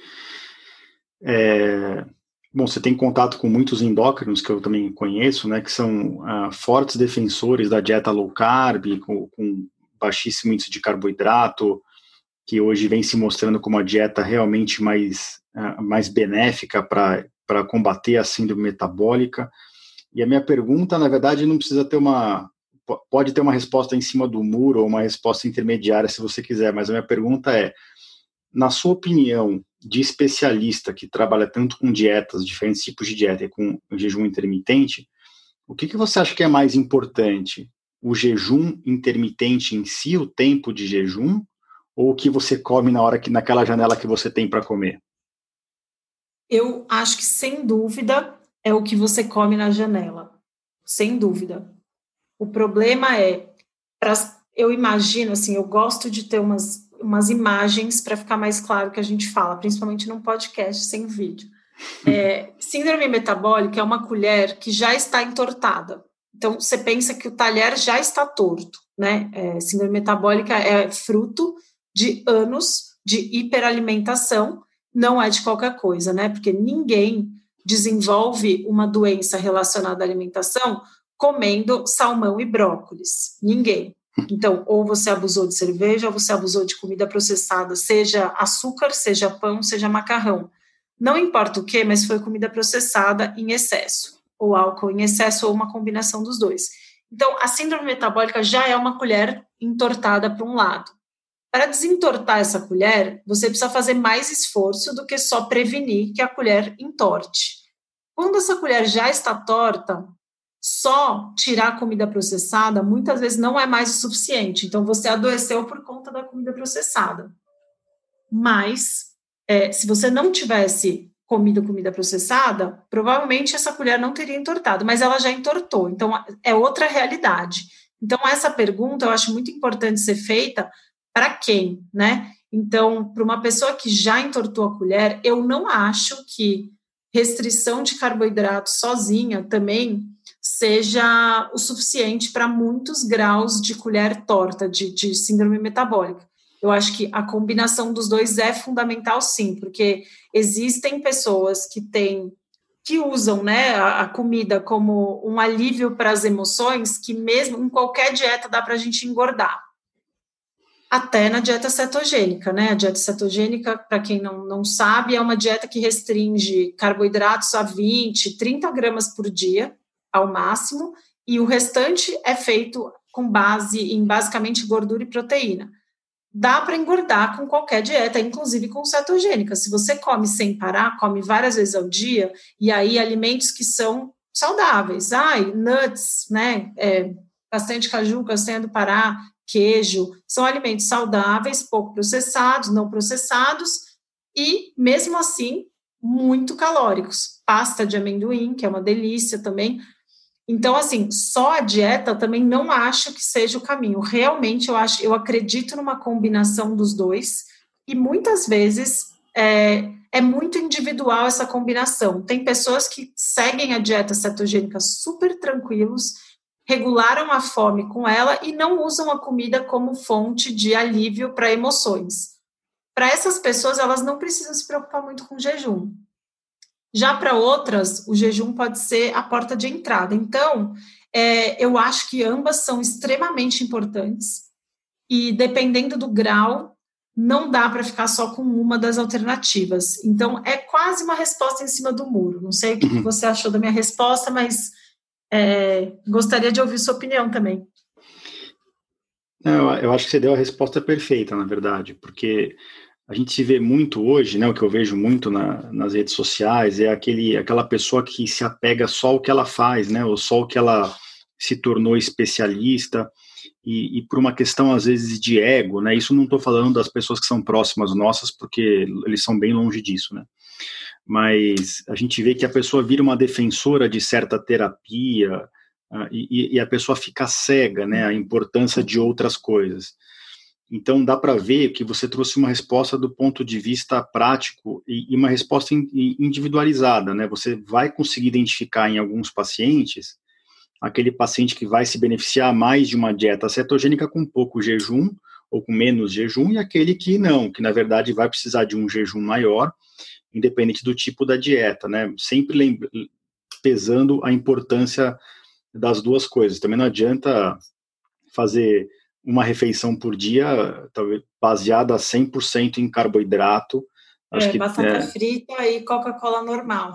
É... Bom, você tem contato com muitos endócrinos, que eu também conheço, né, que são uh, fortes defensores da dieta low carb, com, com baixíssimo índice de carboidrato, que hoje vem se mostrando como a dieta realmente mais, uh, mais benéfica para combater a síndrome metabólica. E a minha pergunta, na verdade, não precisa ter uma... Pode ter uma resposta em cima do muro ou uma resposta intermediária, se você quiser, mas a minha pergunta é, na sua opinião, de especialista que trabalha tanto com dietas, diferentes tipos de dieta e com jejum intermitente, o que, que você acha que é mais importante? O jejum intermitente em si, o tempo de jejum, ou o que você come na hora que, naquela janela que você tem para comer? Eu acho que, sem dúvida, é o que você come na janela. Sem dúvida. O problema é, pra, eu imagino, assim, eu gosto de ter umas, umas imagens para ficar mais claro o que a gente fala, principalmente num podcast sem vídeo. É, síndrome metabólica é uma colher que já está entortada. Então, você pensa que o talher já está torto, né? É, síndrome metabólica é fruto de anos de hiperalimentação, não é de qualquer coisa, né? Porque ninguém desenvolve uma doença relacionada à alimentação comendo salmão e brócolis. Ninguém. Então, ou você abusou de cerveja, ou você abusou de comida processada, seja açúcar, seja pão, seja macarrão. Não importa o que, mas foi comida processada em excesso, ou álcool em excesso, ou uma combinação dos dois. Então, a síndrome metabólica já é uma colher entortada para um lado. Para desentortar essa colher, você precisa fazer mais esforço do que só prevenir que a colher entorte. Quando essa colher já está torta, só tirar a comida processada muitas vezes não é mais o suficiente. Então, você adoeceu por conta da comida processada. Mas, é, se você não tivesse comido comida processada, provavelmente essa colher não teria entortado, mas ela já entortou. Então, é outra realidade. Então, essa pergunta eu acho muito importante ser feita para quem, né? Então, para uma pessoa que já entortou a colher, eu não acho que restrição de carboidrato sozinha também seja o suficiente para muitos graus de colher torta, de, de síndrome metabólica. Eu acho que a combinação dos dois é fundamental, sim, porque existem pessoas que têm, que usam, né, a, a comida como um alívio para as emoções, que mesmo em qualquer dieta dá para a gente engordar. Até na dieta cetogênica, né? A dieta cetogênica, para quem não, não sabe, é uma dieta que restringe carboidratos a vinte, trinta gramas por dia, ao máximo, e o restante é feito com base em basicamente gordura e proteína. Dá para engordar com qualquer dieta, inclusive com cetogênica. Se você come sem parar, come várias vezes ao dia, e aí alimentos que são saudáveis, ai, nuts, né? É, bastante caju, castanha do Pará, queijo, são alimentos saudáveis, pouco processados, não processados, e mesmo assim muito calóricos. Pasta de amendoim, que é uma delícia também. Então, assim, só a dieta eu também não acho que seja o caminho. Realmente, eu acho, eu acredito numa combinação dos dois, e muitas vezes é, é muito individual essa combinação. Tem pessoas que seguem a dieta cetogênica super tranquilos, regularam a fome com ela e não usam a comida como fonte de alívio para emoções. Para essas pessoas, elas não precisam se preocupar muito com jejum. Já para outras, o jejum pode ser a porta de entrada. Então, é, eu acho que ambas são extremamente importantes e, dependendo do grau, não dá para ficar só com uma das alternativas. Então, é quase uma resposta em cima do muro. Não sei o que você achou da minha resposta, mas é, gostaria de ouvir sua opinião também. Eu, eu acho que você deu a resposta perfeita, na verdade, porque a gente se vê muito hoje, né, o que eu vejo muito na, nas redes sociais é aquele, aquela pessoa que se apega só ao que ela faz, né, ou só ao que ela se tornou especialista, e, e por uma questão, às vezes, de ego, né, isso não estou falando das pessoas que são próximas nossas, porque eles são bem longe disso, né, mas a gente vê que a pessoa vira uma defensora de certa terapia, uh, e, e a pessoa fica cega, né, a importância de outras coisas. Então, dá para ver que você trouxe uma resposta do ponto de vista prático e, e uma resposta in, individualizada, né? Você vai conseguir identificar em alguns pacientes aquele paciente que vai se beneficiar mais de uma dieta cetogênica com pouco jejum ou com menos jejum e aquele que não, que na verdade vai precisar de um jejum maior, independente do tipo da dieta, né? Sempre lembra, pesando a importância das duas coisas. Também não adianta fazer uma refeição por dia, talvez baseada cem por cento em carboidrato. Acho é, que, batata é... frita e Coca-Cola normal.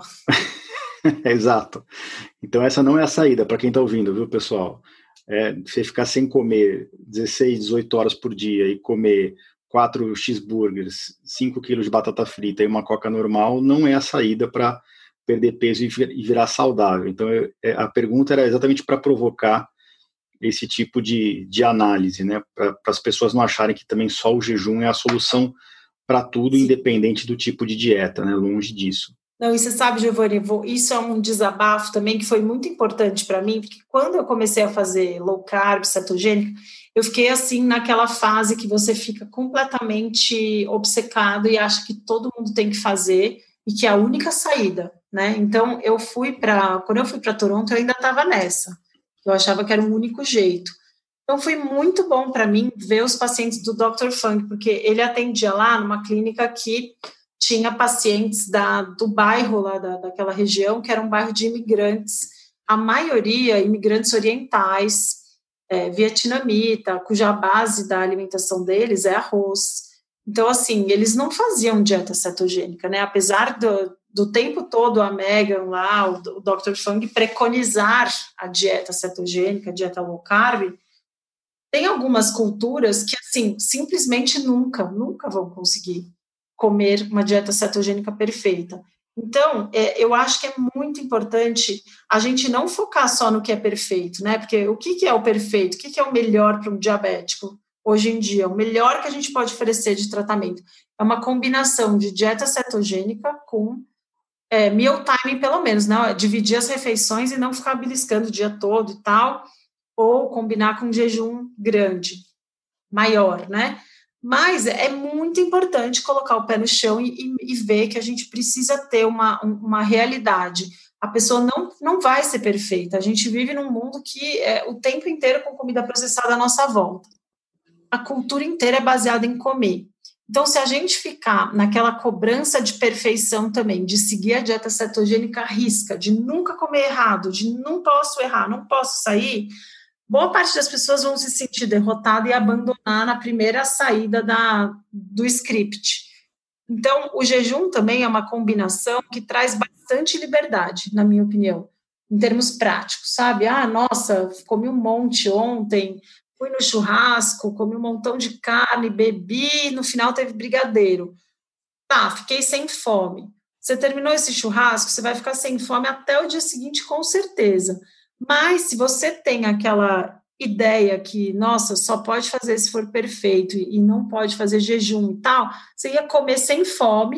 Exato. Então essa não é a saída para quem está ouvindo, viu, pessoal? É, você ficar sem comer dezesseis, dezoito horas por dia e comer quatro cheeseburgers, cinco quilos de batata frita e uma coca normal não é a saída para perder peso e virar saudável. Então eu, a pergunta era exatamente para provocar esse tipo de, de análise, né, para as pessoas não acharem que também só o jejum é a solução para tudo, Sim. independente do tipo de dieta, né, longe disso. Não, e você sabe, Giovanni, isso é um desabafo também que foi muito importante para mim, porque quando eu comecei a fazer low carb, cetogênica, eu fiquei assim naquela fase que você fica completamente obcecado e acha que todo mundo tem que fazer e que é a única saída, né? Então, eu fui para, quando eu fui para Toronto, eu ainda estava nessa. Eu achava que era o único jeito. Então, foi muito bom para mim ver os pacientes do doutor Fung, porque ele atendia lá numa clínica que tinha pacientes da, do bairro lá da, daquela região, que era um bairro de imigrantes, a maioria imigrantes orientais, é, vietnamita, cuja base da alimentação deles é arroz. Então, assim, eles não faziam dieta cetogênica, né? Apesar do, do tempo todo a Megan lá, o, o doutor Fung, preconizar a dieta cetogênica, a dieta low carb, tem algumas culturas que, assim, simplesmente nunca, nunca vão conseguir comer uma dieta cetogênica perfeita. Então, é, eu acho que é muito importante a gente não focar só no que é perfeito, né? Porque o que, que é o perfeito? O que, que é o melhor para um diabético hoje em dia? O melhor que a gente pode oferecer de tratamento é uma combinação de dieta cetogênica com é, meal time, pelo menos, né? Dividir as refeições e não ficar beliscando o dia todo e tal, ou combinar com um jejum grande, maior, né? Mas é muito importante colocar o pé no chão e, e, e ver que a gente precisa ter uma, uma realidade. A pessoa não, não vai ser perfeita. A gente vive num mundo que é o tempo inteiro com comida processada à nossa volta. A cultura inteira é baseada em comer. Então, se a gente ficar naquela cobrança de perfeição também, de seguir a dieta cetogênica à risca, de nunca comer errado, de não posso errar, não posso sair, boa parte das pessoas vão se sentir derrotada e abandonar na primeira saída da, do script. Então, o jejum também é uma combinação que traz bastante liberdade, na minha opinião, em termos práticos, sabe? Ah, nossa, comi um monte ontem, fui no churrasco, comi um montão de carne, bebi, no final teve brigadeiro. Tá, fiquei sem fome. Você terminou esse churrasco, você vai ficar sem fome até o dia seguinte, com certeza. Mas se você tem aquela ideia que, nossa, só pode fazer se for perfeito e não pode fazer jejum e tal, você ia comer sem fome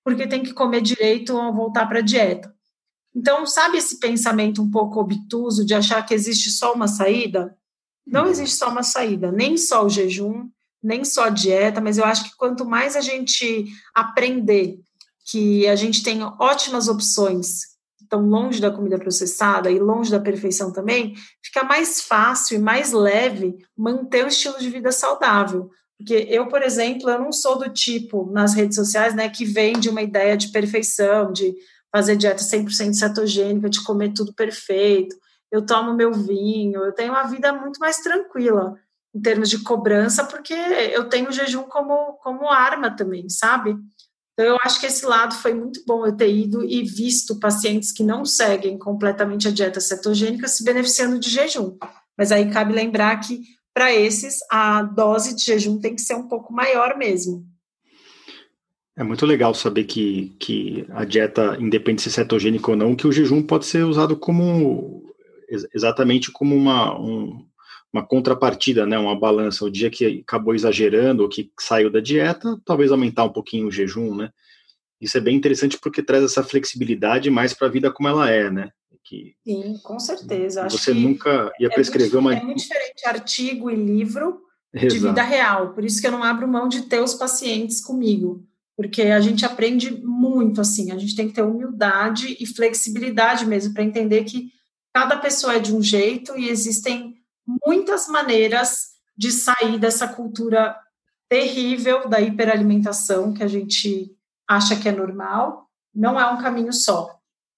porque tem que comer direito ou voltar para a dieta. Então, sabe esse pensamento um pouco obtuso de achar que existe só uma saída? Não existe só uma saída, nem só o jejum, nem só a dieta, mas eu acho que quanto mais a gente aprender que a gente tem ótimas opções, estão longe da comida processada e longe da perfeição também, fica mais fácil e mais leve manter o estilo de vida saudável. Porque eu, por exemplo, eu não sou do tipo, nas redes sociais, né, que vende uma ideia de perfeição, de fazer dieta cem por cento cetogênica, de comer tudo perfeito. Eu tomo meu vinho, eu tenho uma vida muito mais tranquila em termos de cobrança, porque eu tenho o jejum como, como arma também, sabe? Então, eu acho que esse lado foi muito bom eu ter ido e visto pacientes que não seguem completamente a dieta cetogênica se beneficiando de jejum. Mas aí cabe lembrar que, para esses, a dose de jejum tem que ser um pouco maior mesmo. É muito legal saber que, que a dieta, independente se é cetogênica ou não, que o jejum pode ser usado como exatamente como uma, um, uma contrapartida, né, uma balança. O dia que acabou exagerando ou que saiu da dieta, talvez aumentar um pouquinho o jejum, né? Isso é bem interessante porque traz essa flexibilidade mais para a vida como ela é, né? Que Sim, com certeza. Acho você que nunca ia é muito, prescrever uma... é muito diferente artigo e livro de vida Exato. real. Por isso que eu não abro mão de ter os pacientes comigo, porque a gente aprende muito, assim, a gente tem que ter humildade e flexibilidade mesmo para entender que cada pessoa é de um jeito e existem muitas maneiras de sair dessa cultura terrível da hiperalimentação que a gente acha que é normal. Não é um caminho só.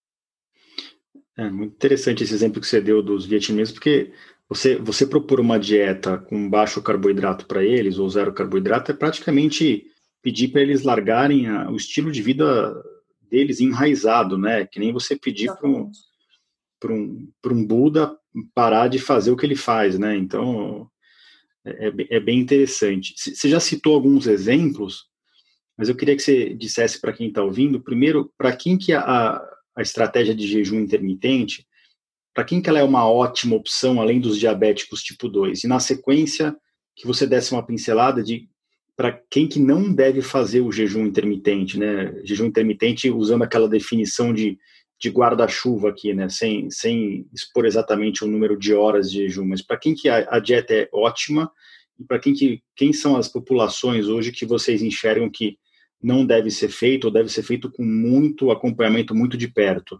É muito interessante esse exemplo que você deu dos vietnamitas, porque você, você propor uma dieta com baixo carboidrato para eles, ou zero carboidrato, é praticamente pedir para eles largarem a, o estilo de vida deles enraizado, né? Que nem você pedir para um, para um, para um Buda parar de fazer o que ele faz, né? Então, é, é bem interessante. Você já citou alguns exemplos, mas eu queria que você dissesse para quem está ouvindo, primeiro, para quem que a, a estratégia de jejum intermitente, para quem que ela é uma ótima opção, além dos diabéticos tipo dois? E na sequência, que você desse uma pincelada de para quem que não deve fazer o jejum intermitente, né? Jejum intermitente usando aquela definição de, de guarda-chuva aqui, né? Sem, sem expor exatamente o número de horas de jejum, mas para quem que a, a dieta é ótima e para quem que quem são as populações hoje que vocês enxergam que não deve ser feito ou deve ser feito com muito acompanhamento, muito de perto?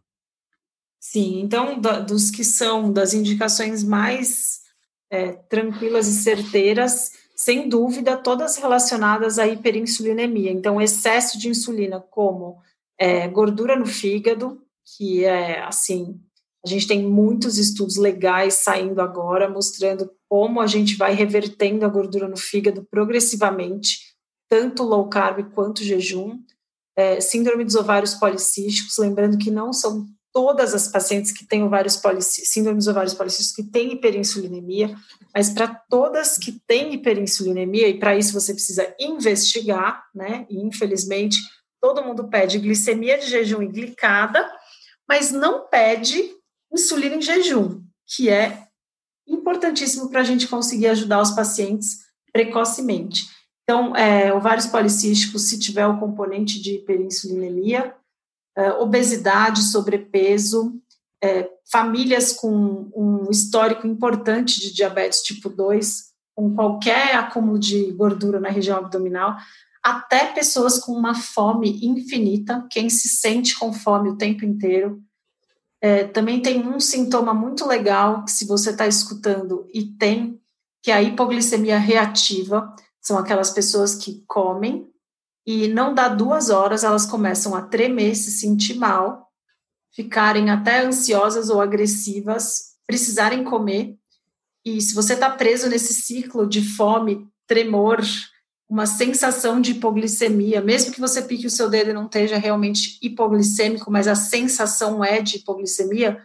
Sim, então, da, dos que são das indicações mais é, tranquilas e certeiras, sem dúvida, todas relacionadas à hiperinsulinemia. Então, excesso de insulina, como é, gordura no fígado, que é, assim, a gente tem muitos estudos legais saindo agora, mostrando como a gente vai revertendo a gordura no fígado progressivamente, tanto low carb quanto jejum. É, síndrome dos ovários policísticos, lembrando que não são todas as pacientes que têm ovários policísticos, síndrome dos ovários policísticos que têm hiperinsulinemia, mas para todas que têm hiperinsulinemia, e para isso você precisa investigar, né, e infelizmente todo mundo pede glicemia de jejum e glicada, mas não pede insulina em jejum, que é importantíssimo para a gente conseguir ajudar os pacientes precocemente. Então, é, ovários policísticos, se tiver o componente de hiperinsulinemia, é, obesidade, sobrepeso, é, famílias com um histórico importante de diabetes tipo dois, com qualquer acúmulo de gordura na região abdominal, até pessoas com uma fome infinita, quem se sente com fome o tempo inteiro. É, também tem um sintoma muito legal, que se você está escutando e tem, que é a hipoglicemia reativa. São aquelas pessoas que comem e não dá duas horas, elas começam a tremer, se sentir mal, ficarem até ansiosas ou agressivas, precisarem comer. E se você está preso nesse ciclo de fome, tremor, uma sensação de hipoglicemia, mesmo que você pique o seu dedo e não esteja realmente hipoglicêmico, mas a sensação é de hipoglicemia,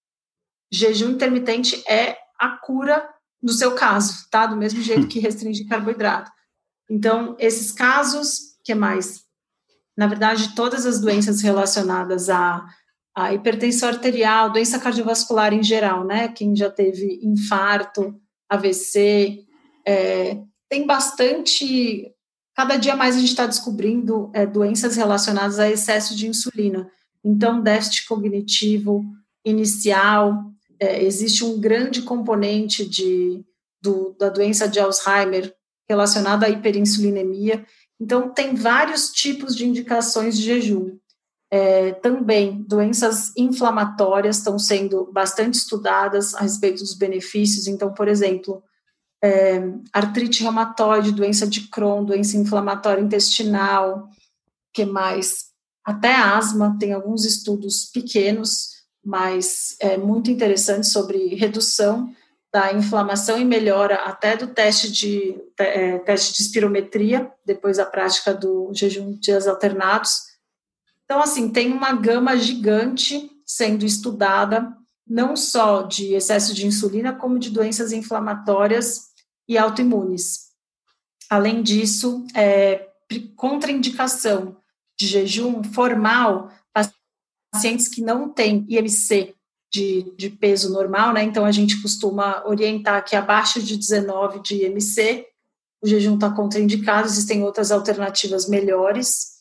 jejum intermitente é a cura no seu caso, tá? Do mesmo jeito que restringir carboidrato. Então, esses casos, que mais? Na verdade, todas as doenças relacionadas à, à hipertensão arterial, doença cardiovascular em geral, né? Quem já teve infarto, A V C, é, tem bastante cada dia mais a gente está descobrindo é, doenças relacionadas a excesso de insulina. Então, déficit cognitivo inicial, é, existe um grande componente de, do, da doença de Alzheimer relacionada à hiperinsulinemia. Então, tem vários tipos de indicações de jejum. É, também, doenças inflamatórias estão sendo bastante estudadas a respeito dos benefícios. Então, por exemplo, é, artrite reumatoide, doença de Crohn, doença inflamatória intestinal, que mais? Até asma, tem alguns estudos pequenos, mas é, muito interessantes sobre redução da inflamação e melhora até do teste de, é, teste de espirometria, depois da prática do jejum de dias alternados. Então, assim, tem uma gama gigante sendo estudada, não só de excesso de insulina, como de doenças inflamatórias e autoimunes. Além disso, é, contraindicação de jejum formal, pacientes que não têm I M C de, de peso normal, né? Então a gente costuma orientar que abaixo de dezenove de I M C, o jejum está contraindicado, existem outras alternativas melhores.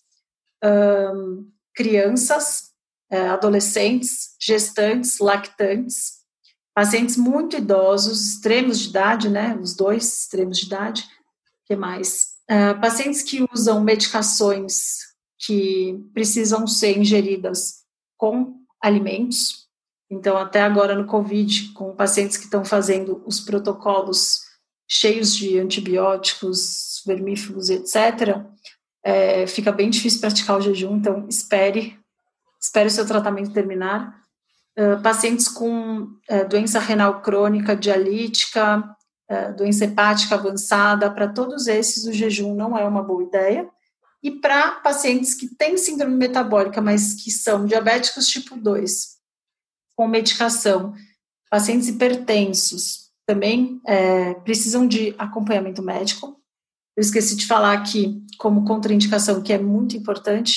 Um, crianças, é, adolescentes, gestantes, lactantes, pacientes muito idosos, extremos de idade, né? Os dois extremos de idade. O que mais? Uh, pacientes que usam medicações que precisam ser ingeridas com alimentos. Então, até agora no COVID, com pacientes que estão fazendo os protocolos cheios de antibióticos, vermífugos, etcétera, é, fica bem difícil praticar o jejum, então espere, espere o seu tratamento terminar. Uh, pacientes com uh, doença renal crônica, dialítica, uh, doença hepática avançada, para todos esses o jejum não é uma boa ideia. E para pacientes que têm síndrome metabólica, mas que são diabéticos tipo dois, com medicação, pacientes hipertensos, também é, precisam de acompanhamento médico. Eu esqueci de falar aqui, como contraindicação, que é muito importante,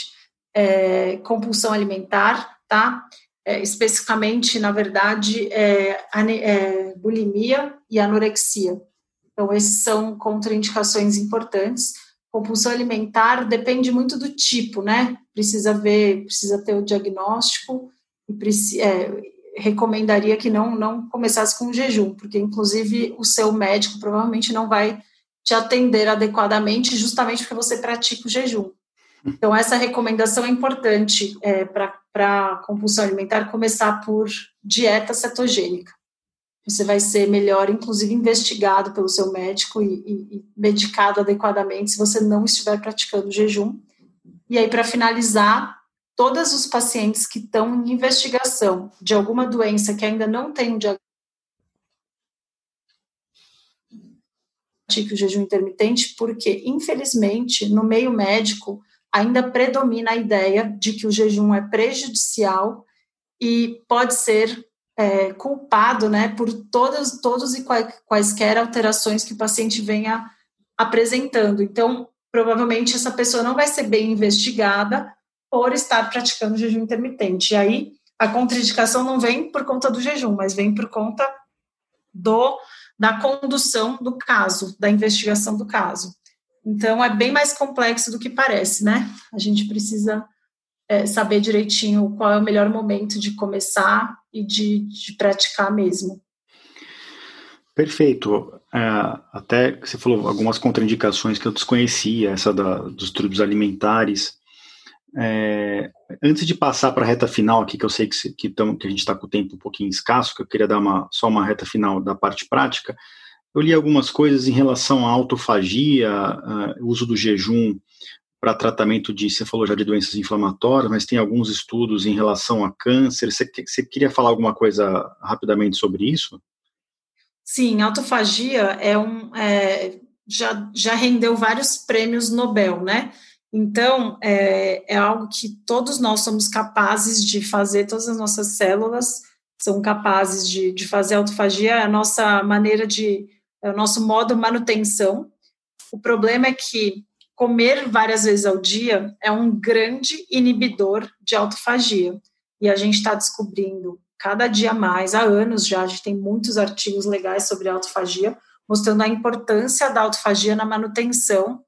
é, compulsão alimentar, tá? É, especificamente, na verdade, é, é, bulimia e anorexia. Então, esses são contraindicações importantes. Compulsão alimentar depende muito do tipo, né? Precisa ver, precisa ter o diagnóstico e preci, é, recomendaria que não, não começasse com jejum, porque, inclusive, o seu médico provavelmente não vai te atender adequadamente, justamente porque você pratica o jejum. Então, essa recomendação é importante é, para a compulsão alimentar começar por dieta cetogênica. Você vai ser melhor, inclusive, investigado pelo seu médico e, e, e medicado adequadamente se você não estiver praticando jejum. E aí, para finalizar, todos os pacientes que estão em investigação de alguma doença que ainda não tem um diagnóstico, o jejum intermitente, porque, infelizmente, no meio médico, ainda predomina a ideia de que o jejum é prejudicial e pode ser é, culpado, né, por todas, todos e quaisquer alterações que o paciente venha apresentando. Então, provavelmente, essa pessoa não vai ser bem investigada por estar praticando jejum intermitente. E aí, a contraindicação não vem por conta do jejum, mas vem por conta do, da condução do caso, da investigação do caso. Então, é bem mais complexo do que parece, né? A gente precisa é, saber direitinho qual é o melhor momento de começar e de, de praticar mesmo. Perfeito. É, até você falou algumas contraindicações que eu desconhecia, essa da, dos distúrbios alimentares. É, antes de passar para a reta final aqui, que eu sei que, que, tamo, que a gente está com o tempo um pouquinho escasso, que eu queria dar uma, só uma reta final da parte prática, eu li algumas coisas em relação à autofagia, uh, uso do jejum para tratamento de, você falou já de doenças inflamatórias, mas tem alguns estudos em relação a câncer. Você, você queria falar alguma coisa rapidamente sobre isso? Sim, autofagia é um, é, já, já rendeu vários prêmios Nobel, né? Então, é, é algo que todos nós somos capazes de fazer, todas as nossas células são capazes de, de fazer autofagia, é a nossa maneira de, é o nosso modo de manutenção. O problema é que comer várias vezes ao dia é um grande inibidor de autofagia, e a gente está descobrindo cada dia mais, há anos já, a gente tem muitos artigos legais sobre autofagia, mostrando a importância da autofagia na manutenção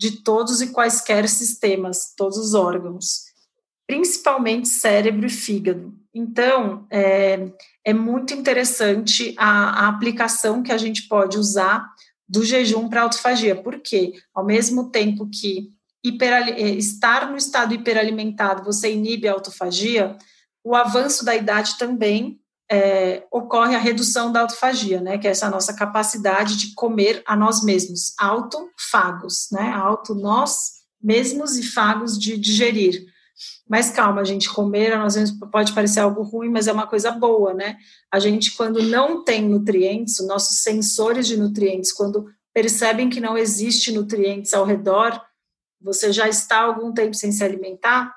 de todos e quaisquer sistemas, todos os órgãos, principalmente cérebro e fígado. Então, é, é muito interessante a, a aplicação que a gente pode usar do jejum para a autofagia, porque, ao mesmo tempo que hiper, estar no estado hiperalimentado você inibe a autofagia, o avanço da idade também é, ocorre a redução da autofagia, né, que é essa nossa capacidade de comer a nós mesmos, autofagos, né, auto nós mesmos e fagos de digerir. Mas calma, a gente, comer às vezes pode parecer algo ruim, mas é uma coisa boa, né? A gente, quando não tem nutrientes, os nossos sensores de nutrientes, quando percebem que não existe nutrientes ao redor, você já está há algum tempo sem se alimentar,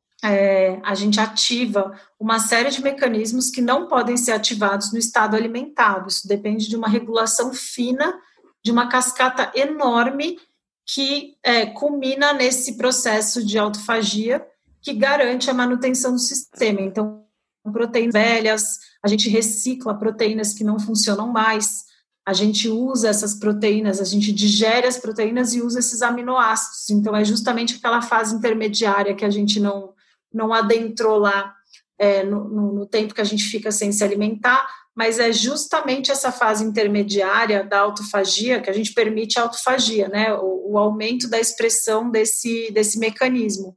é, a gente ativa uma série de mecanismos que não podem ser ativados no estado alimentado. Isso depende de uma regulação fina, de uma cascata enorme que é, culmina nesse processo de autofagia que garante a manutenção do sistema. Então, proteínas velhas, a gente recicla proteínas que não funcionam mais, a gente usa essas proteínas, a gente digere as proteínas e usa esses aminoácidos. Então, é justamente aquela fase intermediária que a gente não, não adentrou lá é, no, no, no tempo que a gente fica sem se alimentar, mas é justamente essa fase intermediária da autofagia que a gente permite a autofagia, né? O, o aumento da expressão desse, desse mecanismo.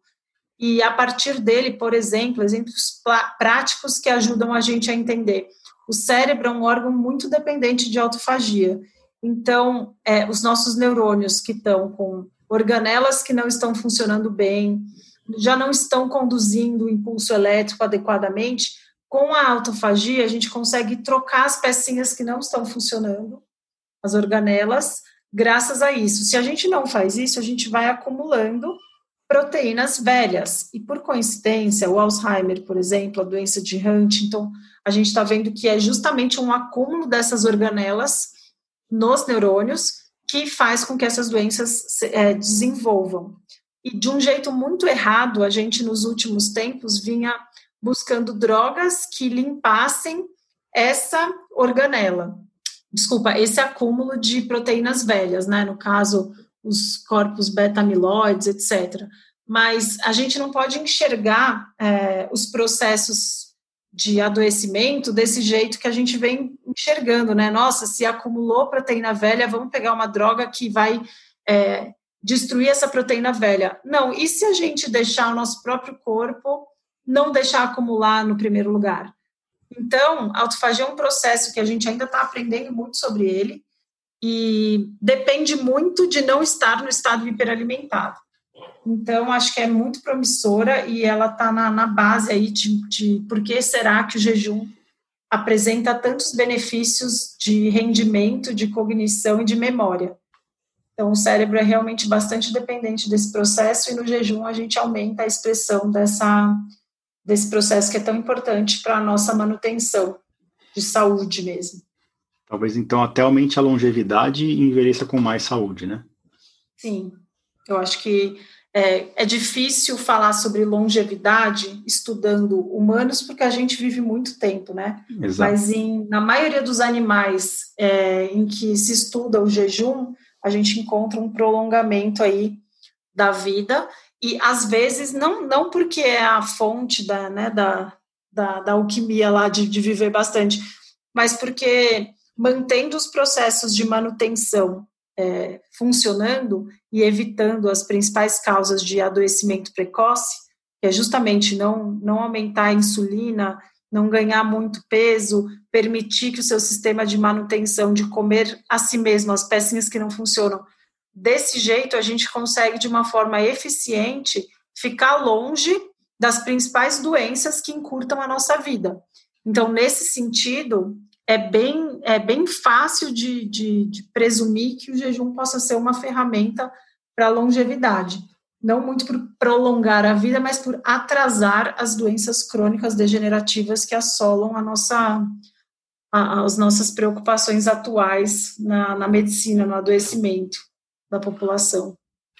E a partir dele, por exemplo, exemplos práticos que ajudam a gente a entender. O cérebro é um órgão muito dependente de autofagia. Então, é, os nossos neurônios que estão com organelas que não estão funcionando bem, já não estão conduzindo o impulso elétrico adequadamente, com a autofagia a gente consegue trocar as pecinhas que não estão funcionando, as organelas, graças a isso. Se a gente não faz isso, a gente vai acumulando proteínas velhas, e por coincidência, o Alzheimer, por exemplo, a doença de Huntington, a gente está vendo que é justamente um acúmulo dessas organelas nos neurônios que faz com que essas doenças é, desenvolvam. E de um jeito muito errado, a gente nos últimos tempos vinha buscando drogas que limpassem essa organela, desculpa, esse acúmulo de proteínas velhas, né, no caso os corpos beta-amiloides, etcétera. Mas a gente não pode enxergar é, os processos de adoecimento desse jeito que a gente vem enxergando, né? Nossa, se acumulou proteína velha, vamos pegar uma droga que vai é, destruir essa proteína velha. Não, e se a gente deixar o nosso próprio corpo não deixar acumular no primeiro lugar? Então, a autofagia é um processo que a gente ainda está aprendendo muito sobre ele, e depende muito de não estar no estado hiperalimentado. Então, acho que é muito promissora e ela está na, na base aí de, de por que será que o jejum apresenta tantos benefícios de rendimento, de cognição e de memória. Então, o cérebro é realmente bastante dependente desse processo e no jejum a gente aumenta a expressão dessa, desse processo que é tão importante para a nossa manutenção de saúde mesmo. Talvez, então, até aumente a longevidade e envelheça com mais saúde, né? Sim, eu acho que é, é difícil falar sobre longevidade estudando humanos, porque a gente vive muito tempo, né? Exato. Mas em, na maioria dos animais é, em que se estuda o jejum, a gente encontra um prolongamento aí da vida, e às vezes, não, não porque é a fonte da, né, da, da, da alquimia lá de, de viver bastante, mas porque mantendo os processos de manutenção é, funcionando e evitando as principais causas de adoecimento precoce, que é justamente não, não aumentar a insulina, não ganhar muito peso, permitir que o seu sistema de manutenção de comer a si mesmo as pecinhas que não funcionam. Desse jeito, a gente consegue, de uma forma eficiente, ficar longe das principais doenças que encurtam a nossa vida. Então, nesse sentido, é bem, é bem fácil de, de, de presumir que o jejum possa ser uma ferramenta para a longevidade. Não muito por prolongar a vida, mas por atrasar as doenças crônicas degenerativas que assolam a nossa, a, as nossas preocupações atuais na, na medicina, no adoecimento da população.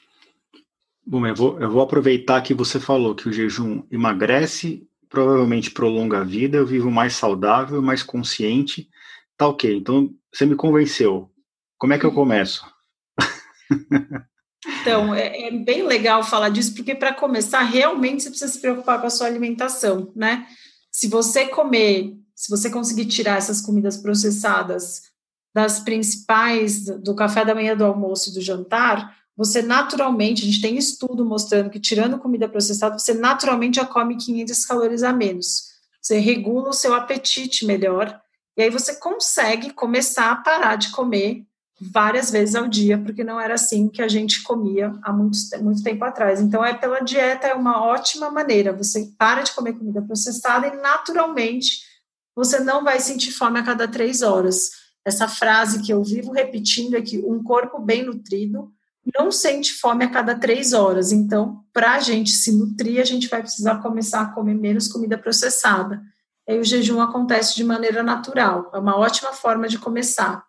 Bom, eu vou, eu vou aproveitar que você falou que o jejum emagrece, provavelmente prolonga a vida, eu vivo mais saudável, mais consciente, tá ok. Então, você me convenceu. Como é que eu começo? Então, é, é bem legal falar disso, porque para começar, realmente você precisa se preocupar com a sua alimentação, né? Se você comer, se você conseguir tirar essas comidas processadas das principais, do café da manhã, do almoço e do jantar, você naturalmente, a gente tem estudo mostrando que tirando comida processada, você naturalmente já come quinhentas calorias a menos. Você regula o seu apetite melhor, e aí você consegue começar a parar de comer várias vezes ao dia, porque não era assim que a gente comia há muito, muito tempo atrás. Então, é pela dieta, é uma ótima maneira. Você para de comer comida processada e, naturalmente, você não vai sentir fome a cada três horas. Essa frase que eu vivo repetindo é que um corpo bem nutrido não sente fome a cada três horas. Então, para a gente se nutrir, a gente vai precisar começar a comer menos comida processada. E aí o jejum acontece de maneira natural. É uma ótima forma de começar.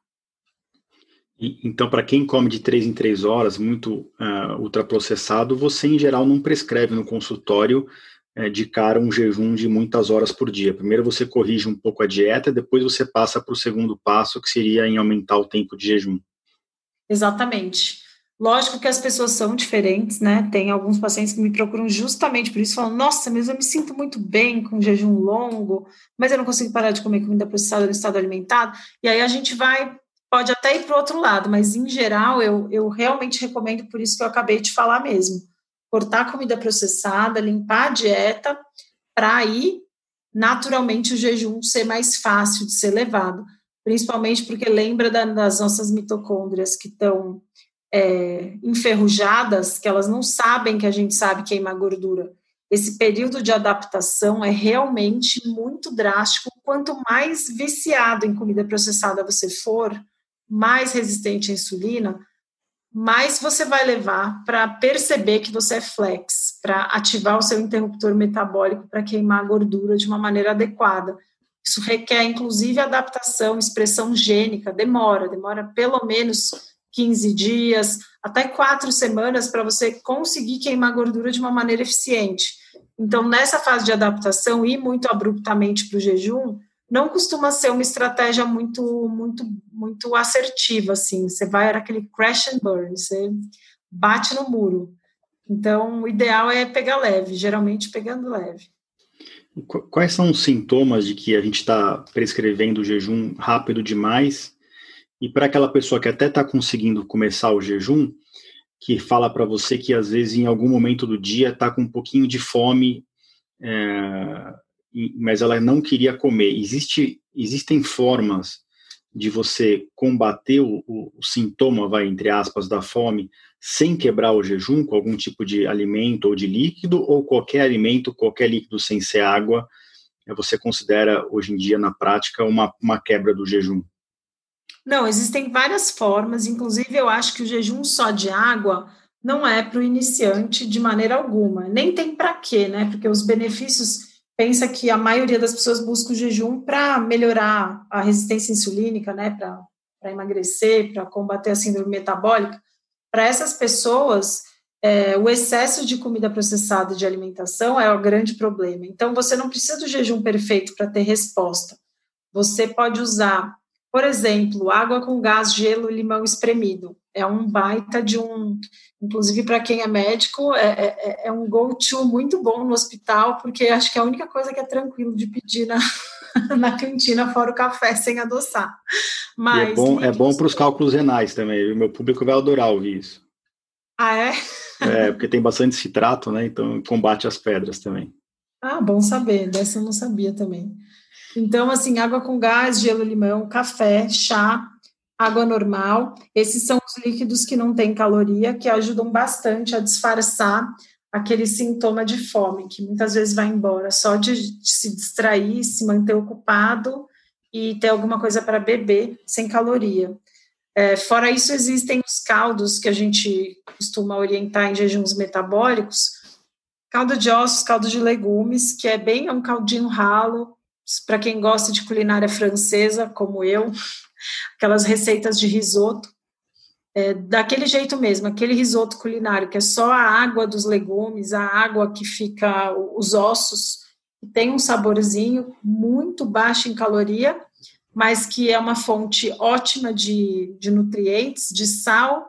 Então, para quem come de três em três horas, muito uh, ultraprocessado, você, em geral, não prescreve no consultório uh, de cara um jejum de muitas horas por dia. Primeiro você corrige um pouco a dieta, depois você passa para o segundo passo, que seria em aumentar o tempo de jejum. Exatamente. Lógico que as pessoas são diferentes, né? Tem alguns pacientes que me procuram justamente por isso, falam, nossa, mas eu me sinto muito bem com jejum longo, mas eu não consigo parar de comer comida processada no estado alimentado. E aí a gente vai... Pode até ir para o outro lado, mas, em geral, eu, eu realmente recomendo, por isso que eu acabei de falar mesmo, cortar a comida processada, limpar a dieta, para aí, naturalmente, o jejum ser mais fácil de ser levado, principalmente porque lembra da, das nossas mitocôndrias que estão é, enferrujadas, que elas não sabem que a gente sabe queimar gordura. Esse período de adaptação é realmente muito drástico. Quanto mais viciado em comida processada você for, mais resistente à insulina, mais você vai levar para perceber que você é flex, para ativar o seu interruptor metabólico para queimar a gordura de uma maneira adequada. Isso requer, inclusive, adaptação, expressão gênica, demora, demora pelo menos quinze dias, até quatro semanas para você conseguir queimar gordura de uma maneira eficiente. Então, nessa fase de adaptação, ir muito abruptamente para o jejum, não costuma ser uma estratégia muito, muito, muito assertiva, assim. Você vai naquele crash and burn, você bate no muro. Então, o ideal é pegar leve, geralmente pegando leve. Quais são os sintomas de que a gente está prescrevendo o jejum rápido demais? E para aquela pessoa que até está conseguindo começar o jejum, que fala para você que às vezes em algum momento do dia está com um pouquinho de fome, é, mas ela não queria comer. Existe, existem formas de você combater o, o, o sintoma, vai, entre aspas, da fome, sem quebrar o jejum, com algum tipo de alimento ou de líquido, ou qualquer alimento, qualquer líquido sem ser água, você considera hoje em dia na prática uma, uma quebra do jejum? Não, existem várias formas, inclusive eu acho que o jejum só de água não é para o iniciante de maneira alguma, nem tem para quê, né? Porque os benefícios, pensa que a maioria das pessoas busca o jejum para melhorar a resistência insulínica, né? Para emagrecer, para combater a síndrome metabólica. Para essas pessoas, é, o excesso de comida processada de alimentação é o grande problema. Então, você não precisa do jejum perfeito para ter resposta. Você pode usar, por exemplo, água com gás, gelo e limão espremido. É um baita de um... Inclusive, para quem é médico, é, é, é um go-to muito bom no hospital, porque acho que é a única coisa que é tranquilo de pedir na, na cantina, fora o café, sem adoçar. Mas, e é bom, é bom para os cálculos renais também. O meu público vai adorar ouvir isso. Ah, é? É, porque tem bastante citrato, né? Então combate as pedras também. Ah, bom saber. Dessa eu não sabia também. Então, assim, água com gás, gelo, limão, café, chá, água normal. Esses são os líquidos que não têm caloria, que ajudam bastante a disfarçar aquele sintoma de fome, que muitas vezes vai embora só de se distrair, se manter ocupado e ter alguma coisa para beber sem caloria. É, fora isso, existem os caldos que a gente costuma orientar em jejuns metabólicos, caldo de ossos, caldo de legumes, que é bem é um caldinho ralo, para quem gosta de culinária francesa, como eu, aquelas receitas de risoto, é, daquele jeito mesmo, aquele risoto culinário, que é só a água dos legumes, a água que fica, os ossos, que tem um saborzinho muito baixo em caloria, mas que é uma fonte ótima de, de nutrientes, de sal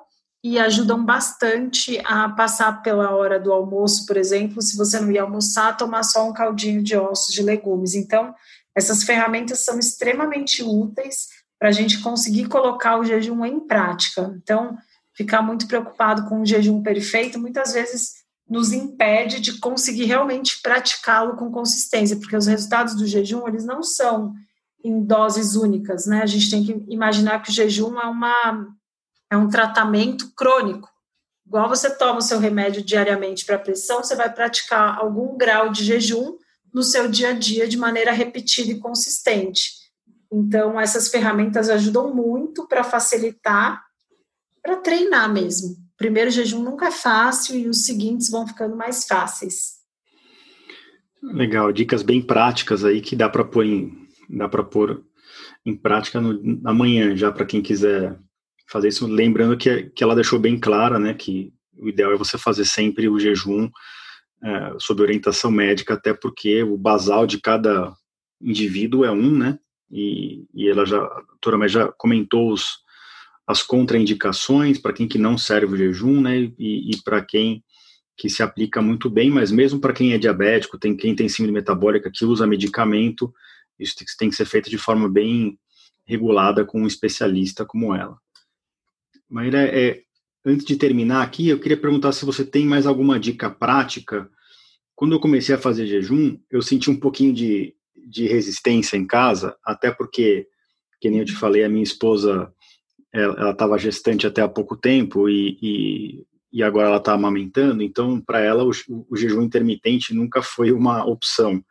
e ajudam bastante a passar pela hora do almoço, por exemplo, se você não ia almoçar, tomar só um caldinho de ossos de legumes. Então, essas ferramentas são extremamente úteis para a gente conseguir colocar o jejum em prática. Então, ficar muito preocupado com o jejum perfeito, muitas vezes nos impede de conseguir realmente praticá-lo com consistência, porque os resultados do jejum, eles não são em doses únicas, né? A gente tem que imaginar que o jejum é uma... é um tratamento crônico. Igual você toma o seu remédio diariamente para pressão, você vai praticar algum grau de jejum no seu dia a dia de maneira repetida e consistente. Então, essas ferramentas ajudam muito para facilitar, para treinar mesmo. O primeiro jejum nunca é fácil e os seguintes vão ficando mais fáceis. Legal, dicas bem práticas aí que dá para pôr em, dá para pôr em prática no, amanhã, já para quem quiser fazer isso, lembrando que, que ela deixou bem clara, né, que o ideal é você fazer sempre o jejum é, sob orientação médica, até porque o basal de cada indivíduo é um, né, e, e ela já, a doutora May já comentou os, as contraindicações para quem que não serve o jejum, né, e, e para quem que se aplica muito bem, mas mesmo para quem é diabético, tem quem tem síndrome metabólica, que usa medicamento, isso tem, tem que ser feito de forma bem regulada com um especialista como ela. Maíra, é, antes de terminar aqui, eu queria perguntar se você tem mais alguma dica prática. Quando eu comecei a fazer jejum, eu senti um pouquinho de, de resistência em casa, até porque, que nem eu te falei, a minha esposa, ela estava gestante até há pouco tempo e, e, e agora ela está amamentando, então, para ela, o, o jejum intermitente nunca foi uma opção.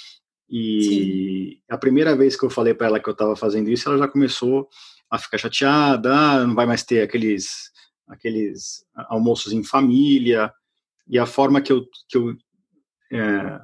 E Sim. A primeira vez que eu falei para ela que eu estava fazendo isso, ela já começou a ficar chateada, ah, não vai mais ter aqueles, aqueles almoços em família, e a forma que eu, que eu é,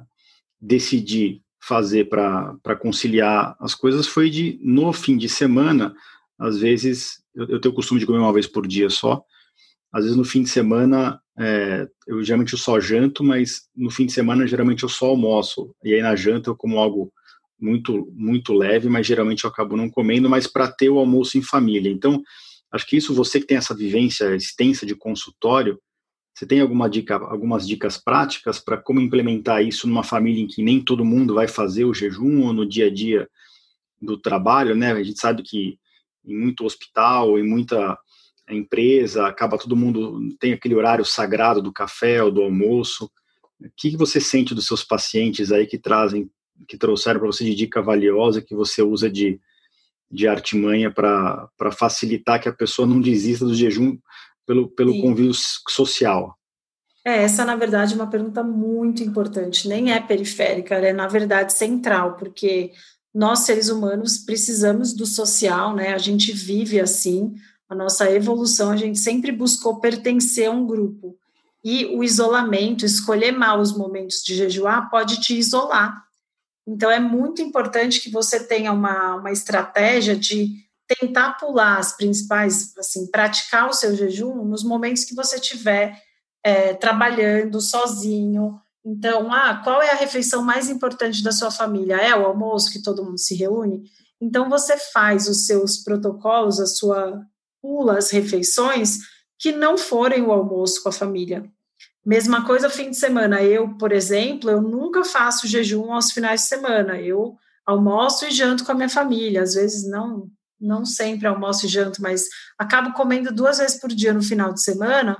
decidi fazer para conciliar as coisas foi de, no fim de semana, às vezes, eu, eu tenho o costume de comer uma vez por dia só, às vezes no fim de semana, é, eu geralmente eu só janto, mas no fim de semana geralmente eu só almoço, e aí na janta eu como algo muito, muito leve, mas geralmente eu acabo não comendo, mas para ter o almoço em família. Então, acho que isso, você que tem essa vivência extensa de consultório, você tem alguma dica, algumas dicas práticas para como implementar isso numa família em que nem todo mundo vai fazer o jejum ou no dia a dia do trabalho, né? A gente sabe que em muito hospital, em muita empresa, acaba todo mundo, tem aquele horário sagrado do café ou do almoço. O que você sente dos seus pacientes aí que trazem, que trouxeram para você de dica valiosa que você usa de, de artimanha para facilitar que a pessoa não desista do jejum pelo, pelo convívio social? É, essa, na verdade, é uma pergunta muito importante. Nem é periférica, é, na verdade, central, porque nós, seres humanos, precisamos do social, né? A gente vive assim, a nossa evolução, a gente sempre buscou pertencer a um grupo. E o isolamento, escolher mal os momentos de jejuar, pode te isolar. Então, é muito importante que você tenha uma, uma estratégia de tentar pular as principais, assim, praticar o seu jejum nos momentos que você tiver é, trabalhando sozinho. Então, ah, qual é a refeição mais importante da sua família? É o almoço, que todo mundo se reúne? Então, você faz os seus protocolos, a sua pula as refeições que não forem o almoço com a família. Mesma coisa fim de semana. Eu, por exemplo, eu nunca faço jejum aos finais de semana. Eu almoço e janto com a minha família. Às vezes não, não sempre almoço e janto, mas acabo comendo duas vezes por dia no final de semana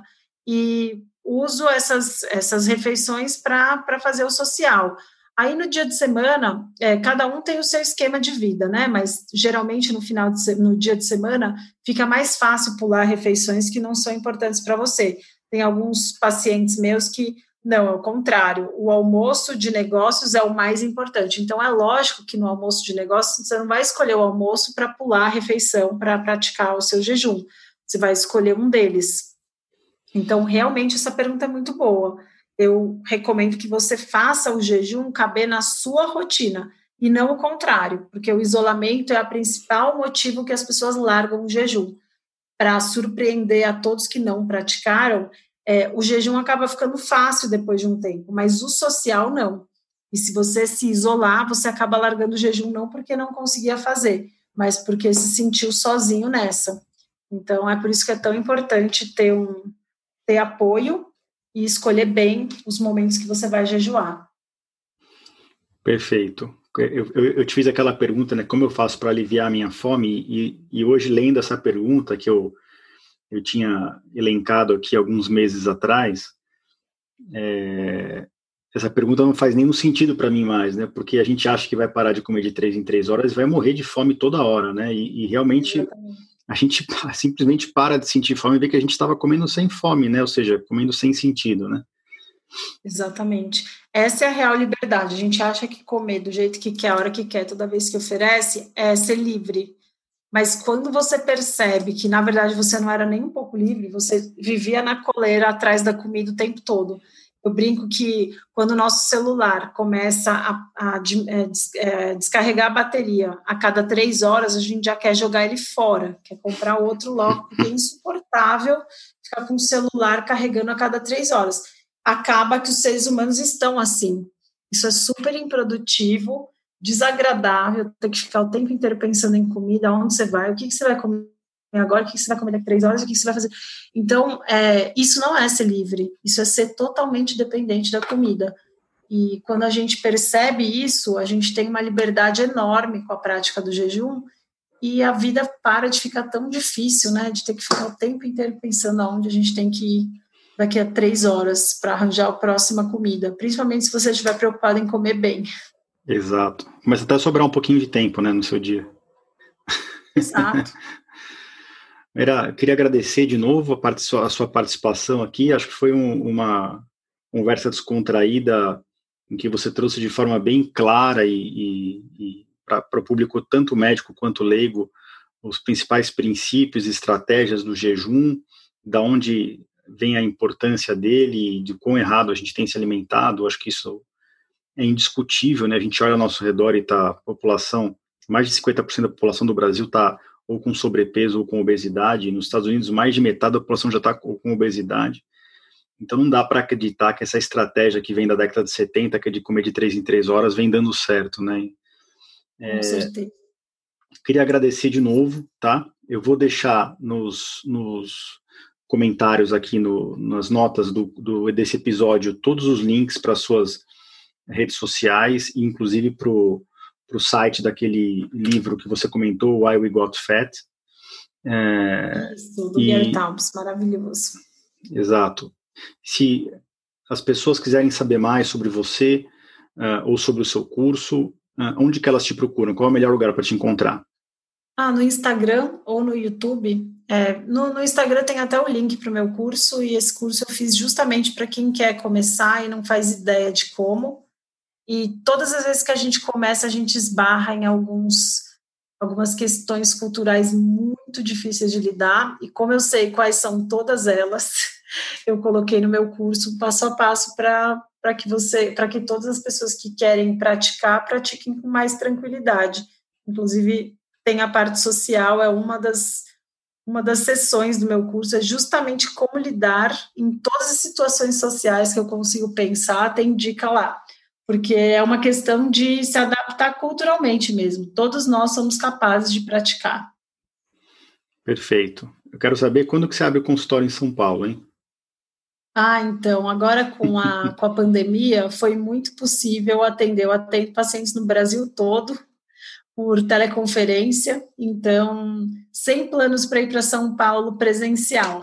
e uso essas, essas refeições para fazer o social. Aí no dia de semana, é, cada um tem o seu esquema de vida, né? Mas geralmente no final de, no dia de semana fica mais fácil pular refeições que não são importantes para você. Tem alguns pacientes meus que, não, ao contrário, o almoço de negócios é o mais importante. Então, é lógico que no almoço de negócios você não vai escolher o almoço para pular a refeição, para praticar o seu jejum. Você vai escolher um deles. Então, realmente, essa pergunta é muito boa. Eu recomendo que você faça o jejum caber na sua rotina, e não o contrário, porque o isolamento é o principal motivo que as pessoas largam o jejum. Para surpreender a todos que não praticaram, é, o jejum acaba ficando fácil depois de um tempo, mas o social não. E se você se isolar, você acaba largando o jejum não porque não conseguia fazer, mas porque se sentiu sozinho nessa. Então, é por isso que é tão importante ter, um, ter apoio e escolher bem os momentos que você vai jejuar. Perfeito. Eu, eu, eu te fiz aquela pergunta, né, como eu faço para aliviar a minha fome, e, e hoje, lendo essa pergunta que eu, eu tinha elencado aqui alguns meses atrás, é, essa pergunta não faz nenhum sentido para mim mais, né, porque a gente acha que vai parar de comer de três em três horas e vai morrer de fome toda hora, né, e, e realmente... Exatamente. A gente simplesmente para de sentir fome e vê que a gente estava comendo sem fome, né? Ou seja, comendo sem sentido, né? Exatamente. Essa é a real liberdade. A gente acha que comer do jeito que quer, a hora que quer, toda vez que oferece, é ser livre. Mas quando você percebe que, na verdade, você não era nem um pouco livre, você vivia na coleira atrás da comida o tempo todo. Eu brinco que quando o nosso celular começa a, a, a é, descarregar a bateria a cada três horas, a gente já quer jogar ele fora, quer comprar outro logo, porque é insuportável ficar com o celular carregando a cada três horas. Acaba que os seres humanos estão assim. Isso é super improdutivo, desagradável, ter que ficar o tempo inteiro pensando em comida, onde você vai, o que, que você vai comer agora, o que você vai comer daqui a três horas, o que você vai fazer. Então, é, isso não é ser livre, isso é ser totalmente dependente da comida. E quando a gente percebe isso, a gente tem uma liberdade enorme com a prática do jejum e a vida para de ficar tão difícil, né, de ter que ficar o tempo inteiro pensando aonde a gente tem que ir daqui a três horas para arranjar a próxima comida, principalmente se você estiver preocupado em comer bem. Exato. Começa até a sobrar um pouquinho de tempo, né, no seu dia. Exato. Era, queria agradecer de novo a, part a sua participação aqui. Acho que foi um, uma conversa descontraída em que você trouxe de forma bem clara e, e, e para o público, tanto médico quanto leigo, os principais princípios e estratégias do jejum, da onde vem a importância dele e de quão errado a gente tem se alimentado. Acho que isso é indiscutível, né? A gente olha ao nosso redor e tá a população, mais de cinquenta por cento da população do Brasil está ou com sobrepeso ou com obesidade. Nos Estados Unidos, mais de metade da população já está com obesidade. Então, não dá para acreditar que essa estratégia que vem da década de setenta, que é de comer de três em três horas, vem dando certo, né? Com é, certeza. Queria agradecer de novo, tá? Eu vou deixar nos, nos comentários aqui, no, nas notas do, do, desse episódio, todos os links para suas redes sociais, inclusive para o para o site daquele livro que você comentou, Why We Got Fat. É, Isso, do Gary Taubes, maravilhoso. Exato. Se as pessoas quiserem saber mais sobre você uh, ou sobre o seu curso, uh, onde que elas te procuram? Qual é o melhor lugar para te encontrar? Ah, no Instagram ou no YouTube. É, no, no Instagram tem até o link para o meu curso, e esse curso eu fiz justamente para quem quer começar e não faz ideia de como. E todas as vezes que a gente começa, a gente esbarra em alguns, algumas questões culturais muito difíceis de lidar, e como eu sei quais são todas elas, eu coloquei no meu curso passo a passo para para que você, para que todas as pessoas que querem praticar, pratiquem com mais tranquilidade. Inclusive, tem a parte social, é uma das, uma das sessões do meu curso, é justamente como lidar em todas as situações sociais que eu consigo pensar, tem dica lá. Porque é uma questão de se adaptar culturalmente mesmo. Todos nós somos capazes de praticar. Perfeito. Eu quero saber quando que você abre o consultório em São Paulo, hein? Ah, então, agora com a, com a pandemia, foi muito possível atender. Eu atendo pacientes no Brasil todo por teleconferência, então, sem planos para ir para São Paulo presencial.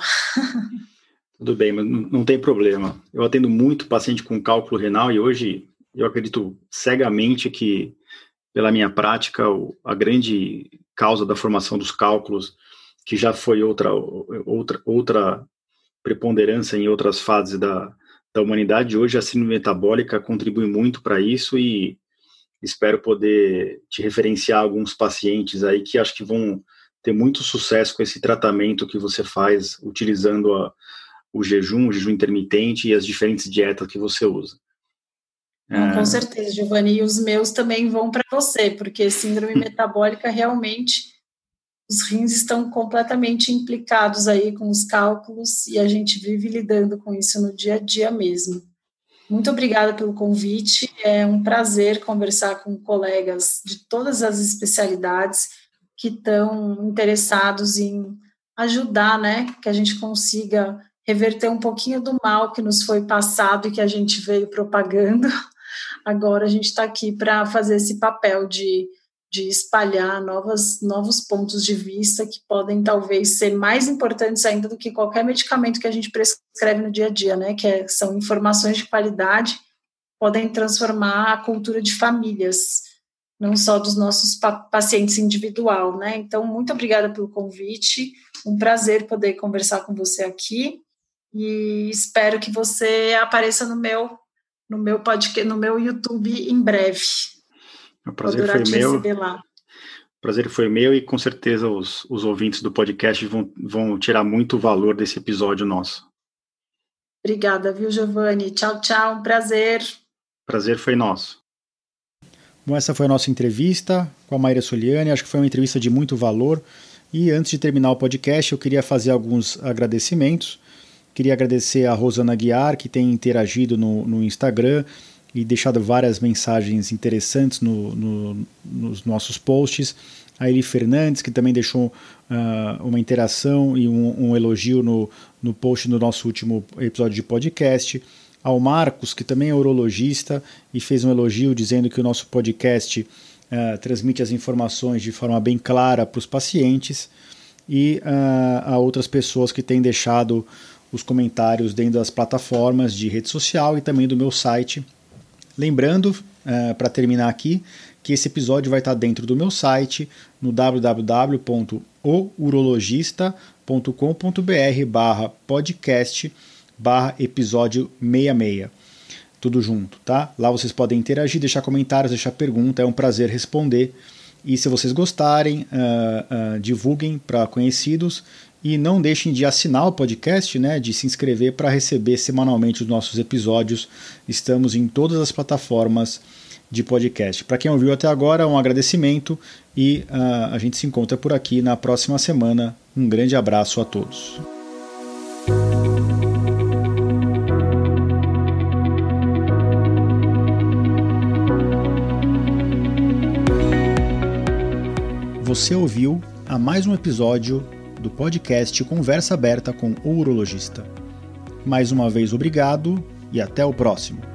Tudo bem, mas não tem problema. Eu atendo muito paciente com cálculo renal e hoje eu acredito cegamente que, pela minha prática, a grande causa da formação dos cálculos, que já foi outra, outra, outra preponderância em outras fases da, da humanidade, hoje a síndrome metabólica contribui muito para isso, e espero poder te referenciar alguns pacientes aí que acho que vão ter muito sucesso com esse tratamento que você faz utilizando a, o jejum, o jejum intermitente e as diferentes dietas que você usa. Não, com certeza, Giovanni, e os meus também vão para você, porque síndrome metabólica realmente, os rins estão completamente implicados aí com os cálculos, e a gente vive lidando com isso no dia a dia mesmo. Muito obrigada pelo convite, é um prazer conversar com colegas de todas as especialidades que estão interessados em ajudar, né, que a gente consiga reverter um pouquinho do mal que nos foi passado e que a gente veio propagando. Agora a gente está aqui para fazer esse papel de, de espalhar novas, novos pontos de vista que podem talvez ser mais importantes ainda do que qualquer medicamento que a gente prescreve no dia a dia, né? Que é, são informações de qualidade, podem transformar a cultura de famílias, não só dos nossos pa- pacientes individual, né? Então, muito obrigada pelo convite, um prazer poder conversar com você aqui e espero que você apareça no meu no meu podcast, no meu YouTube em breve. O prazer foi te meu. Receber lá. O prazer foi meu e com certeza os, os ouvintes do podcast vão, vão tirar muito valor desse episódio nosso. Obrigada, viu, Giovanni? Tchau, tchau, um prazer. Prazer foi nosso. Bom, essa foi a nossa entrevista com a Maíra Soliani, acho que foi uma entrevista de muito valor. E antes de terminar o podcast, eu queria fazer alguns agradecimentos. Queria agradecer a Rosana Guiar, que tem interagido no, no Instagram e deixado várias mensagens interessantes no, no, nos nossos posts. A Eli Fernandes, que também deixou uh, uma interação e um, um elogio no, no post do nosso último episódio de podcast. Ao Marcos, que também é urologista e fez um elogio dizendo que o nosso podcast uh, transmite as informações de forma bem clara para os pacientes. E uh, a outras pessoas que têm deixado os comentários dentro das plataformas de rede social e também do meu site. Lembrando, uh, para terminar aqui, que esse episódio vai estar dentro do meu site, no w w w ponto o urologista ponto com ponto b r barra podcast barra episódio sessenta e seis. Tudo junto, tá? Lá vocês podem interagir, deixar comentários, deixar pergunta, é um prazer responder. E se vocês gostarem, uh, uh, divulguem para conhecidos e não deixem de assinar o podcast, né, de se inscrever para receber semanalmente os nossos episódios. Estamos em todas as plataformas de podcast. Para quem ouviu até agora, um agradecimento e uh, a gente se encontra por aqui na próxima semana. Um grande abraço a todos. Você ouviu a mais um episódio do podcast Conversa Aberta com o Urologista. Mais uma vez, obrigado e até o próximo.